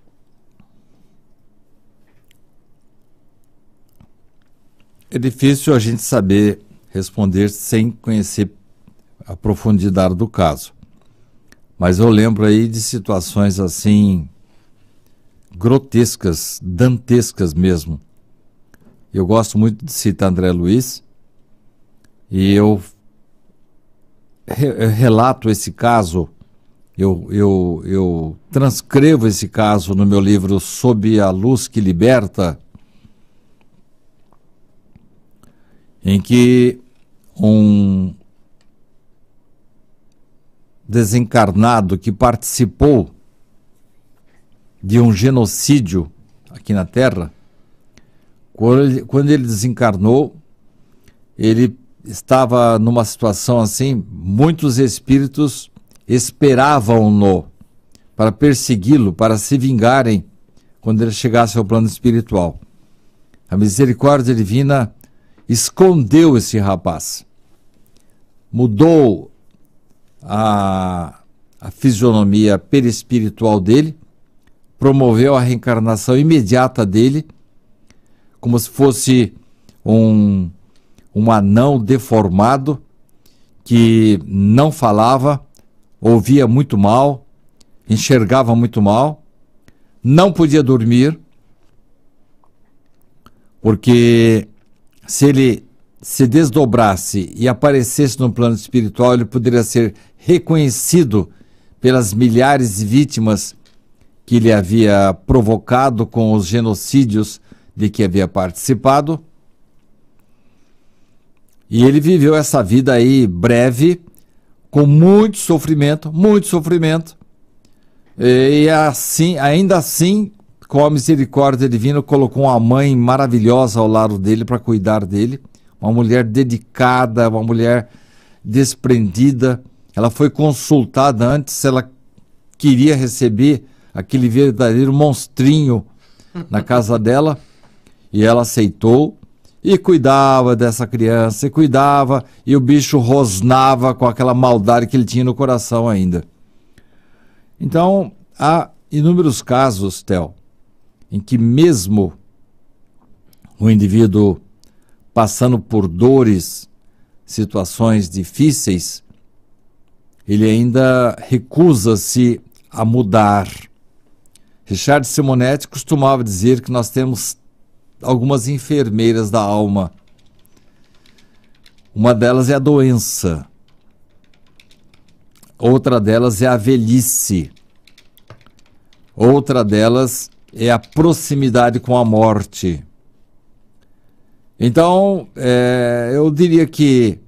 É difícil a gente saber responder sem conhecer a profundidade do caso. Mas eu lembro aí de situações assim, grotescas, dantescas mesmo. Eu gosto muito de citar André Luiz, e eu relato esse caso, eu transcrevo esse caso no meu livro Sob a Luz que Liberta, em que um desencarnado que participou de um genocídio aqui na Terra, quando ele desencarnou, ele estava numa situação assim, muitos espíritos esperavam-no para persegui-lo, para se vingarem quando ele chegasse ao plano espiritual. A misericórdia divina escondeu esse rapaz, mudou a fisionomia perispiritual dele, promoveu a reencarnação imediata dele, como se fosse um anão deformado que não falava, ouvia muito mal, enxergava muito mal, não podia dormir, porque se ele se desdobrasse e aparecesse no plano espiritual, ele poderia ser reconhecido pelas milhares de vítimas que ele havia provocado com os genocídios de que havia participado. E ele viveu essa vida aí breve, com muito sofrimento, e assim, ainda assim, com a misericórdia divina, colocou uma mãe maravilhosa ao lado dele para cuidar dele, uma mulher dedicada, uma mulher desprendida. Ela foi consultada antes se ela queria receber aquele verdadeiro monstrinho na casa dela, e ela aceitou e cuidava dessa criança, e cuidava, e o bicho rosnava com aquela maldade que ele tinha no coração ainda. Então, há inúmeros casos, Theo, em que mesmo o indivíduo passando por dores, situações difíceis, ele ainda recusa-se a mudar. Richard Simonetti costumava dizer que nós temos algumas enfermeiras da alma. Uma delas é a doença. Outra delas é a velhice. Outra delas é a proximidade com a morte. Então, eu diria que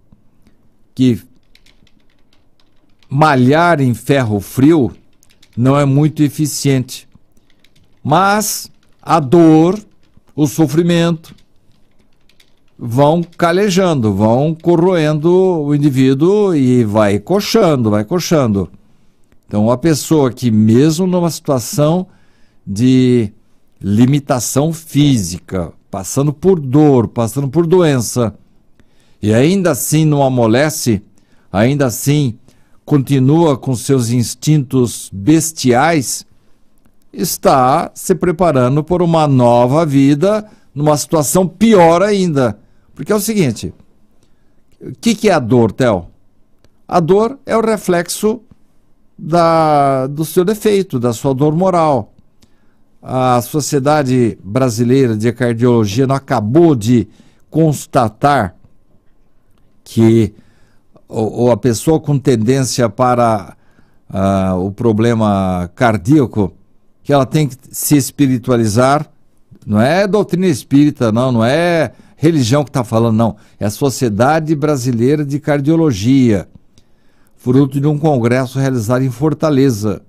malhar em ferro frio não é muito eficiente. Mas a dor, o sofrimento vão calejando, vão corroendo o indivíduo e vai coxando, vai coxando. Então, a pessoa que mesmo numa situação de limitação física, passando por dor, passando por doença, e ainda assim não amolece, ainda assim continua com seus instintos bestiais, está se preparando por uma nova vida, numa situação pior ainda. Porque é o seguinte, o que é a dor, Theo? A dor é o reflexo do seu defeito, da sua dor moral. A Sociedade Brasileira de Cardiologia não acabou de constatar que a pessoa com tendência para o problema cardíaco, que ela tem que se espiritualizar, não é doutrina espírita, não é religião que está falando, não. É a Sociedade Brasileira de Cardiologia, fruto de um congresso realizado em Fortaleza.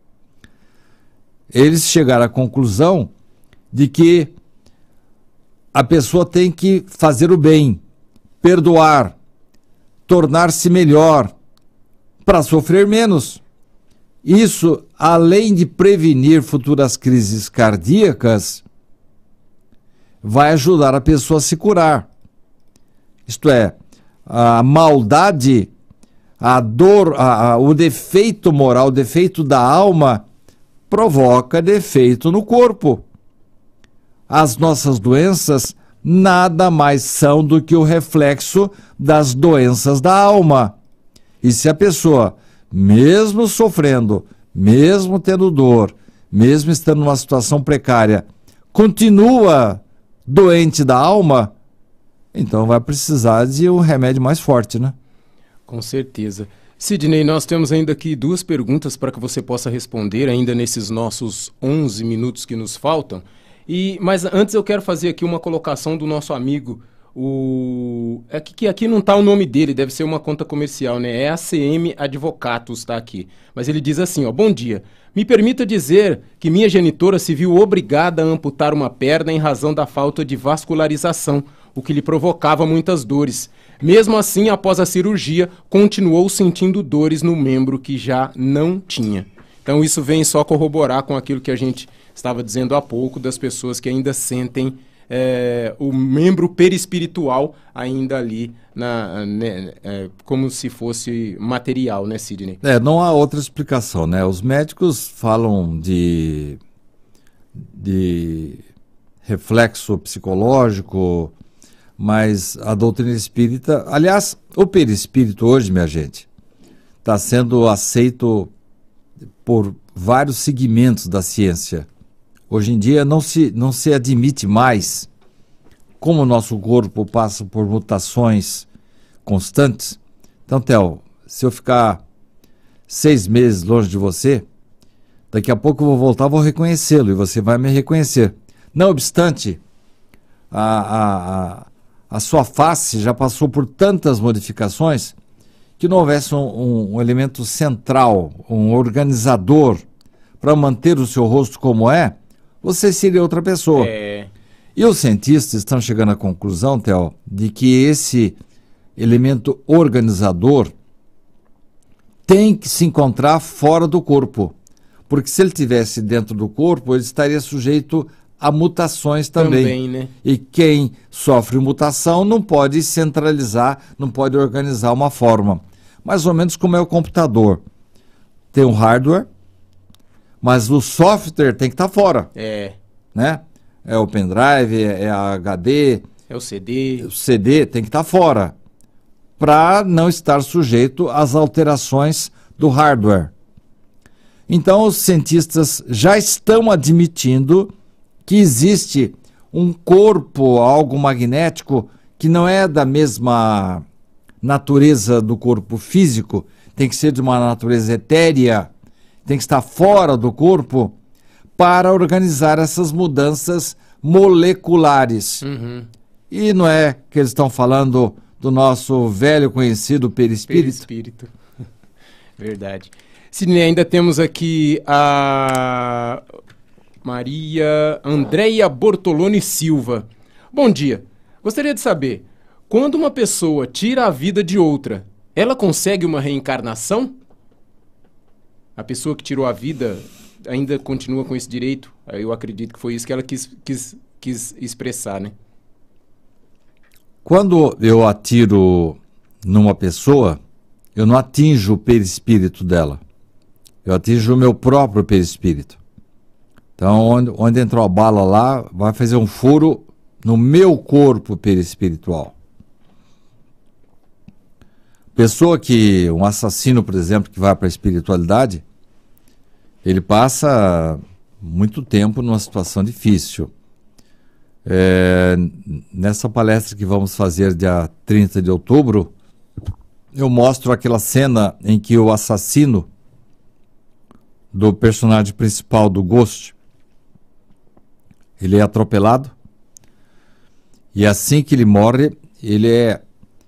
Eles chegaram à conclusão de que a pessoa tem que fazer o bem, perdoar, tornar-se melhor, para sofrer menos. Isso, além de prevenir futuras crises cardíacas, vai ajudar a pessoa a se curar. Isto é, a maldade, a dor, o defeito moral, o defeito da alma, provoca defeito no corpo. As nossas doenças nada mais são do que o reflexo das doenças da alma. E se a pessoa, mesmo sofrendo, mesmo tendo dor, mesmo estando numa situação precária, continua doente da alma, então vai precisar de um remédio mais forte, né? Com certeza. Sidney, nós temos ainda aqui 2 perguntas para que você possa responder ainda nesses nossos 11 minutos que nos faltam. Mas antes eu quero fazer aqui uma colocação do nosso amigo, que aqui não está o nome dele, deve ser uma conta comercial, né? É ACM Advocatos, está aqui. Mas ele diz assim, ó, bom dia. Me permita dizer que minha genitora se viu obrigada a amputar uma perna em razão da falta de vascularização, o que lhe provocava muitas dores. Mesmo assim, após a cirurgia, continuou sentindo dores no membro que já não tinha. Então isso vem só corroborar com aquilo que a gente estava dizendo há pouco, das pessoas que ainda sentem o membro perispiritual ainda ali, como se fosse material, né, Sidney? Não há outra explicação, né? Os médicos falam de reflexo psicológico, mas a doutrina espírita... Aliás, o perispírito hoje, minha gente, está sendo aceito por vários segmentos da ciência. Hoje em dia não se admite mais, como o nosso corpo passa por mutações constantes. Então, Theo, se eu ficar 6 meses longe de você, daqui a pouco eu vou voltar, vou reconhecê-lo e você vai me reconhecer. Não obstante, a sua face já passou por tantas modificações que não houvesse um elemento central, um organizador para manter o seu rosto como é, você seria outra pessoa. E os cientistas estão chegando à conclusão, Theo, de que esse elemento organizador tem que se encontrar fora do corpo. Porque se ele tivesse dentro do corpo, ele estaria sujeito a mutações também. Né? E quem sofre mutação não pode centralizar, não pode organizar uma forma. Mais ou menos como é o computador. Tem um hardware, mas o software tem que estar fora. Né? É o pendrive, é a HD. É o CD. O CD tem que estar fora, para não estar sujeito às alterações do hardware. Então, os cientistas já estão admitindo que existe um corpo, algo magnético, que não é da mesma natureza do corpo físico, tem que ser de uma natureza etérea, tem que estar fora do corpo, para organizar essas mudanças moleculares. E não é que eles estão falando do nosso velho conhecido perispírito? Perispírito. Verdade. Sidney, ainda temos aqui a Maria Andréia Bortoloni Silva. Bom dia. Gostaria de saber, quando uma pessoa tira a vida de outra, ela consegue uma reencarnação? A pessoa que tirou a vida ainda continua com esse direito? Eu acredito que foi isso que ela quis expressar, né? Quando eu atiro numa pessoa, eu não atinjo o perispírito dela. Eu atinjo o meu próprio perispírito. Então, onde entrou a bala lá, vai fazer um furo no meu corpo perispiritual. Um assassino, por exemplo, que vai para a espiritualidade, ele passa muito tempo numa situação difícil. Nessa palestra que vamos fazer dia 30 de outubro, eu mostro aquela cena em que o assassino do personagem principal do Ghost, ele é atropelado, e assim que ele morre, ele é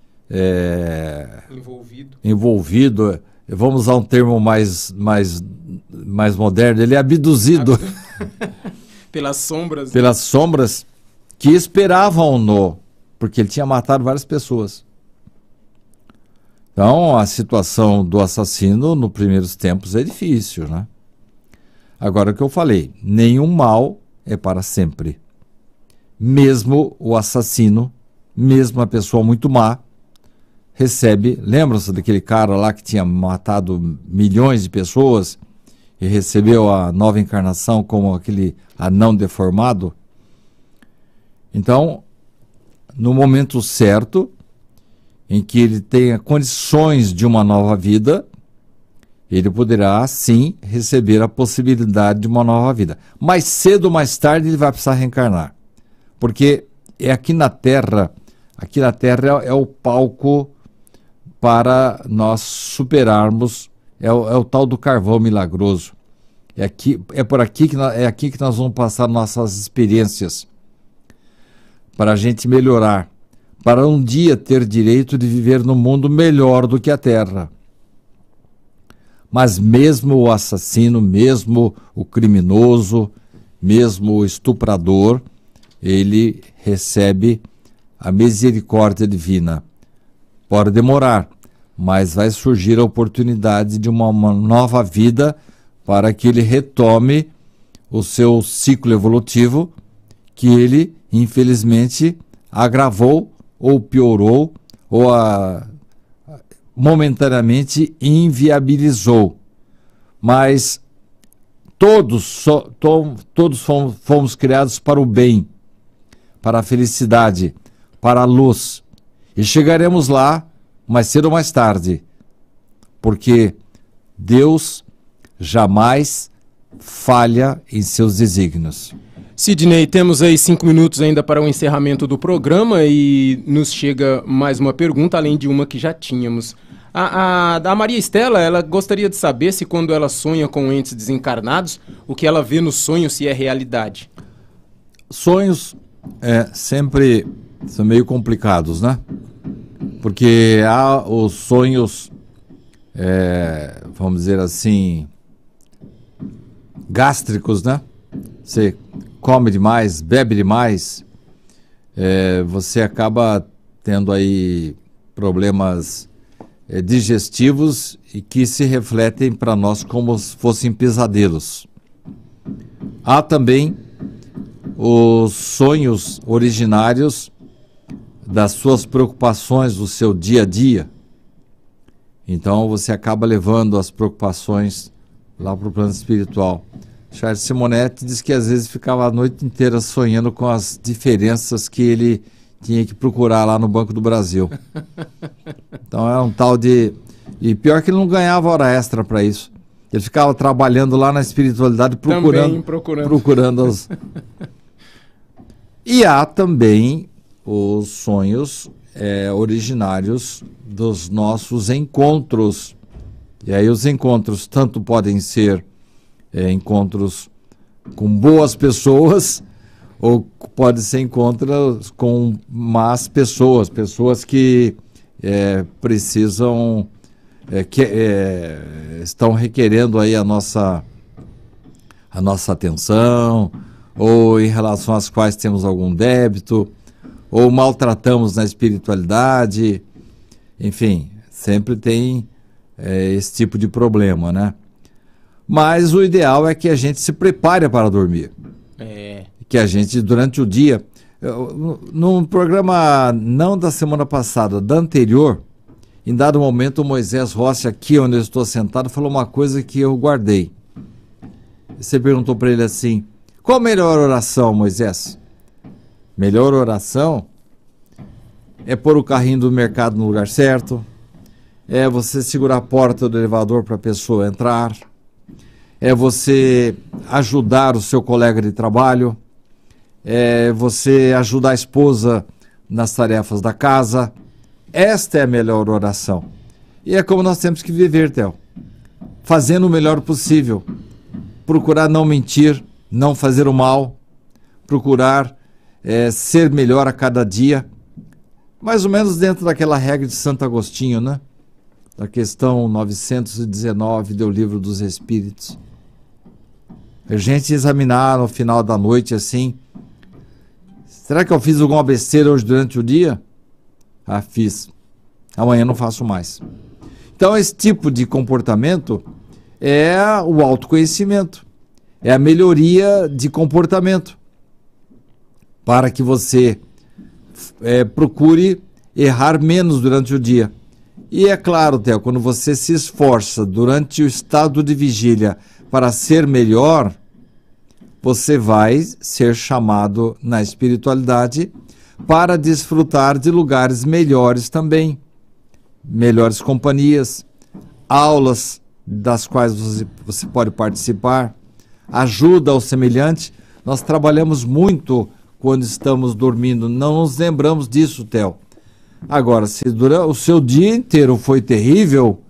envolvido, vamos usar um termo mais moderno, ele é abduzido pelas sombras. Pelas sombras que esperavam-no, porque ele tinha matado várias pessoas. Então, a situação do assassino nos primeiros tempos é difícil, né? Agora, o que eu falei, nenhum mal é para sempre. Mesmo o assassino, mesmo a pessoa muito má, recebe... Lembram-se daquele cara lá que tinha matado milhões de pessoas e recebeu a nova encarnação como aquele anão deformado? Então, no momento certo, em que ele tenha condições de uma nova vida, ele poderá, sim, receber a possibilidade de uma nova vida. Mais cedo ou mais tarde ele vai precisar reencarnar. Porque aqui na Terra é o palco para nós superarmos, é o tal do carvão milagroso. É aqui que nós vamos passar nossas experiências, para a gente melhorar, para um dia ter direito de viver num mundo melhor do que a Terra. Mas mesmo o assassino, mesmo o criminoso, mesmo o estuprador, ele recebe a misericórdia divina. Pode demorar, mas vai surgir a oportunidade de uma nova vida para que ele retome o seu ciclo evolutivo, que ele, infelizmente, agravou ou piorou ou momentaneamente inviabilizou. Mas todos fomos criados para o bem, para a felicidade, para a luz. E chegaremos lá mais cedo ou mais tarde, porque Deus jamais falha em seus desígnios. Sidney, temos aí 5 minutos ainda para o encerramento do programa e nos chega mais uma pergunta, além de uma que já tínhamos. A Maria Estela, ela gostaria de saber se quando ela sonha com entes desencarnados, o que ela vê no sonho se é realidade. Sonhos sempre são meio complicados, né? Porque há os sonhos, vamos dizer assim, gástricos, né? Você come demais, bebe demais, você acaba tendo aí problemas digestivos e que se refletem para nós como se fossem pesadelos. Há também os sonhos originários das suas preocupações do seu dia a dia. Então você acaba levando as preocupações lá para o plano espiritual. Charles Simonetti diz que às vezes ficava a noite inteira sonhando com as diferenças que ele tinha que procurar lá no Banco do Brasil. Então é um tal de... E pior que ele não ganhava hora extra para isso. Ele ficava trabalhando lá na espiritualidade procurando as... E há também os sonhos originários dos nossos encontros. E aí os encontros tanto podem ser encontros com boas pessoas, ou pode ser encontros com más pessoas, pessoas que precisam, estão requerendo aí a nossa atenção, ou em relação às quais temos algum débito, ou maltratamos na espiritualidade, enfim, sempre tem esse tipo de problema, né? Mas o ideal é que a gente se prepare para dormir. Que a gente, durante o dia... Num programa, não da semana passada, da anterior, em dado momento, o Moisés Rossi, aqui onde eu estou sentado, falou uma coisa que eu guardei. Você perguntou para ele assim: qual a melhor oração, Moisés? Melhor oração é pôr o carrinho do mercado no lugar certo, é você segurar a porta do elevador para a pessoa entrar, é você ajudar o seu colega de trabalho, é você ajudar a esposa nas tarefas da casa. Esta é a melhor oração. E é como nós temos que viver, Theo. Fazendo o melhor possível. Procurar não mentir, não fazer o mal, procurar ser melhor a cada dia. Mais ou menos dentro daquela regra de Santo Agostinho, né? Da questão 919 do Livro dos Espíritos. A gente examinar no final da noite assim: será que eu fiz alguma besteira hoje durante o dia? Ah, fiz. Amanhã não faço mais. Então esse tipo de comportamento é o autoconhecimento. É a melhoria de comportamento. Para que você procure errar menos durante o dia. E é claro, Theo, quando você se esforça durante o estado de vigília para ser melhor, você vai ser chamado na espiritualidade para desfrutar de lugares melhores também. Melhores companhias, aulas das quais você pode participar, ajuda ao semelhante. Nós trabalhamos muito quando estamos dormindo, não nos lembramos disso, Theo. Agora, se o seu dia inteiro foi terrível,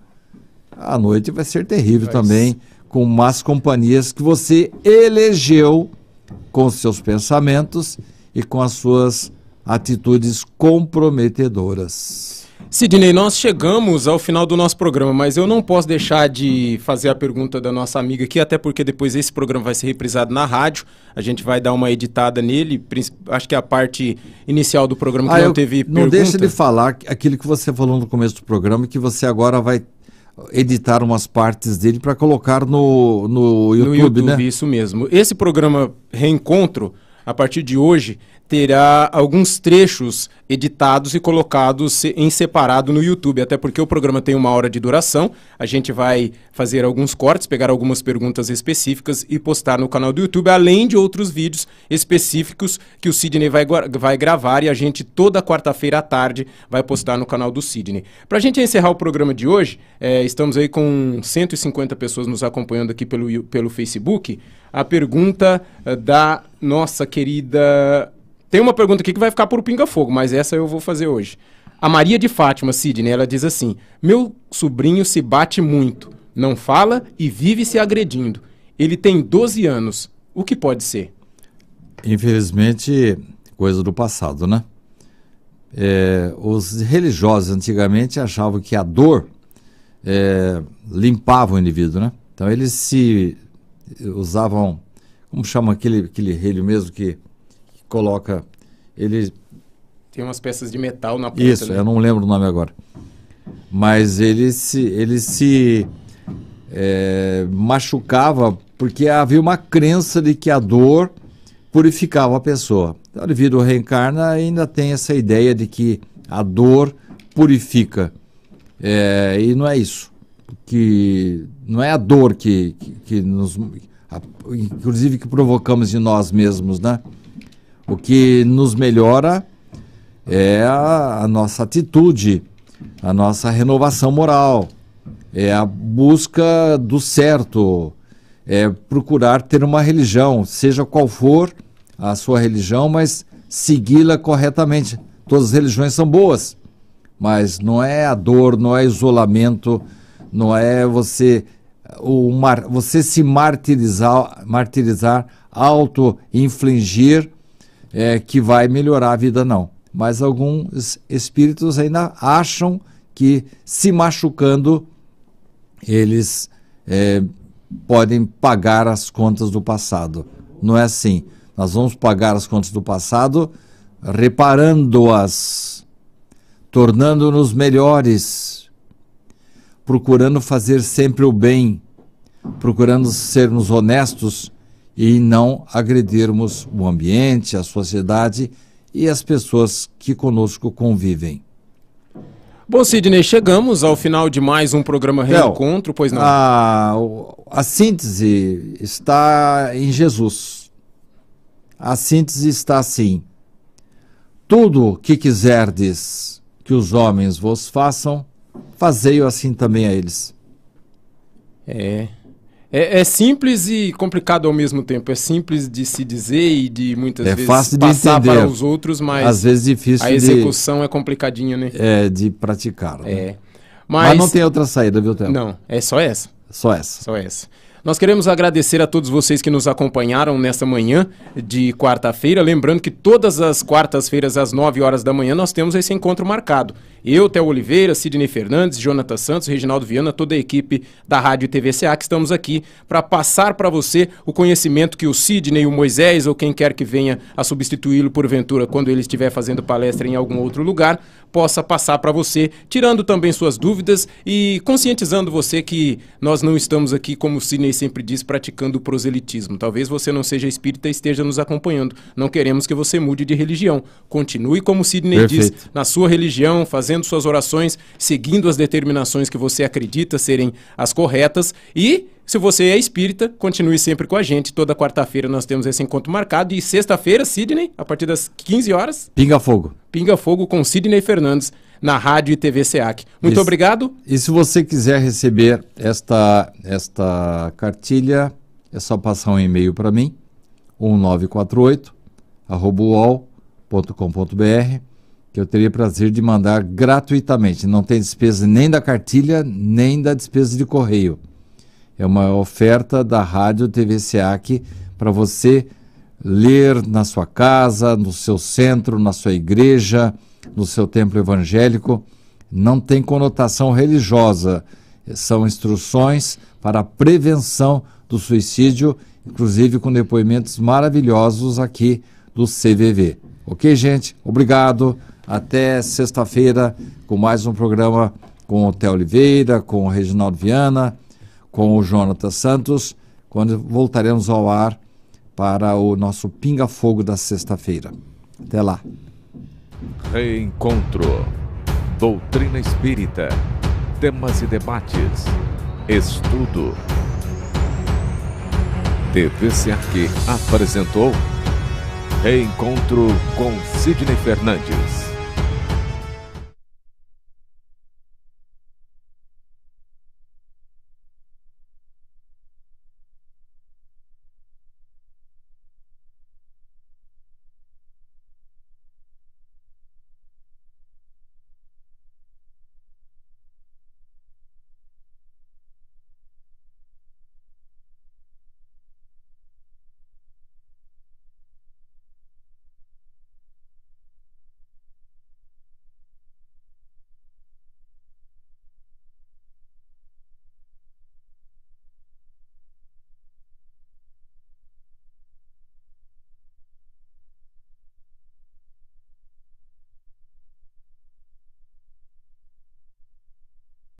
a noite vai ser terrível também, com más companhias que você elegeu com seus pensamentos e com as suas atitudes comprometedoras. Sidney, nós chegamos ao final do nosso programa, mas eu não posso deixar de fazer a pergunta da nossa amiga aqui, até porque depois esse programa vai ser reprisado na rádio, a gente vai dar uma editada nele, acho que é a parte inicial do programa que não teve pergunta. Não deixa de falar aquilo que você falou no começo do programa, que você agora vai editar umas partes dele para colocar no YouTube, né? Isso mesmo. Esse programa Reencontro, a partir de hoje, terá alguns trechos editados e colocados em separado no YouTube, até porque o programa tem 1 hora de duração. A gente vai fazer alguns cortes, pegar algumas perguntas específicas e postar no canal do YouTube, além de outros vídeos específicos que o Sidney vai gravar e a gente toda quarta-feira à tarde vai postar no canal do Sidney. Para a gente encerrar o programa de hoje, estamos aí com 150 pessoas nos acompanhando aqui pelo Facebook. A pergunta da nossa querida... Tem uma pergunta aqui que vai ficar por pinga-fogo, mas essa eu vou fazer hoje. A Maria de Fátima, Sidney, ela diz assim: meu sobrinho se bate muito, não fala e vive se agredindo. Ele tem 12 anos. O que pode ser? Infelizmente, coisa do passado, né? Os religiosos antigamente achavam que a dor limpava o indivíduo, né? Então eles se usavam, como chama aquele relho mesmo que coloca, ele... Tem umas peças de metal na ponta. Isso, né? Eu não lembro o nome agora. mas ele se machucava porque havia uma crença de que a dor purificava a pessoa. Então, o indivíduo reencarna e ainda tem essa ideia de que a dor purifica. E não é isso. Que não é a dor que nos... inclusive que provocamos em nós mesmos, né? O que nos melhora é a nossa atitude, a nossa renovação moral, é a busca do certo, é procurar ter uma religião, seja qual for a sua religião, mas segui-la corretamente. Todas as religiões são boas, mas não é a dor, não é isolamento, não é você se martirizar, auto-infligir, que vai melhorar a vida, não. Mas alguns espíritos ainda acham que se machucando, eles podem pagar as contas do passado. Não é assim. Nós vamos pagar as contas do passado reparando-as, tornando-nos melhores, procurando fazer sempre o bem, procurando sermos honestos e não agredirmos o ambiente, a sociedade e as pessoas que conosco convivem. Bom, Sidney, chegamos ao final de mais um programa Reencontro, pois não? A síntese está em Jesus. A síntese está assim: tudo que quiserdes que os homens vos façam, fazei-o assim também a eles. É simples e complicado ao mesmo tempo. É simples de se dizer e de muitas vezes fácil de passar entender, para os outros, mas às vezes difícil a execução é complicadinha, né? De praticar. Né? Mas não tem outra saída, viu, Theo? Não, é só essa. Só essa. Só essa. Nós queremos agradecer a todos vocês que nos acompanharam nesta manhã de quarta-feira. Lembrando que todas as quartas-feiras, às 9 horas da manhã, nós temos esse encontro marcado. Eu, Theo Oliveira, Sidney Fernandes, Jonathan Santos, Reginaldo Viana, toda a equipe da Rádio e TVCA, que estamos aqui para passar para você o conhecimento que o Sidney, o Moisés ou quem quer que venha a substituí-lo porventura quando ele estiver fazendo palestra em algum outro lugar, possa passar para você, tirando também suas dúvidas e conscientizando você que nós não estamos aqui, como o Sidney sempre diz, praticando proselitismo. Talvez você não seja espírita e esteja nos acompanhando. Não queremos que você mude de religião. Continue, como o Sidney diz, na sua religião, fazendo suas orações, seguindo as determinações que você acredita serem as corretas. E, se você é espírita, continue sempre com a gente. Toda quarta-feira nós temos esse encontro marcado. E sexta-feira, Sidney, a partir das 15 horas... Pinga Fogo. Pinga Fogo com Sidney Fernandes, na Rádio e TV SEAC. Muito obrigado. E se você quiser receber esta cartilha, é só passar um e-mail para mim, 1948@uol.com.br, que eu teria prazer de mandar gratuitamente. Não tem despesa nem da cartilha, nem da despesa de correio. É uma oferta da Rádio TV SEAC para você ler na sua casa, no seu centro, na sua igreja, no seu templo evangélico. Não tem conotação religiosa. São instruções para a prevenção do suicídio, inclusive com depoimentos maravilhosos aqui do CVV. Ok, gente? Obrigado. Até sexta-feira com mais um programa com o Theo Oliveira, com o Reginaldo Viana, com o Jonathan Santos, quando voltaremos ao ar para o nosso Pinga Fogo da sexta-feira. Até lá. Reencontro. Doutrina Espírita. Temas e debates. Estudo. TVCAQ apresentou Reencontro com Sidney Fernandes.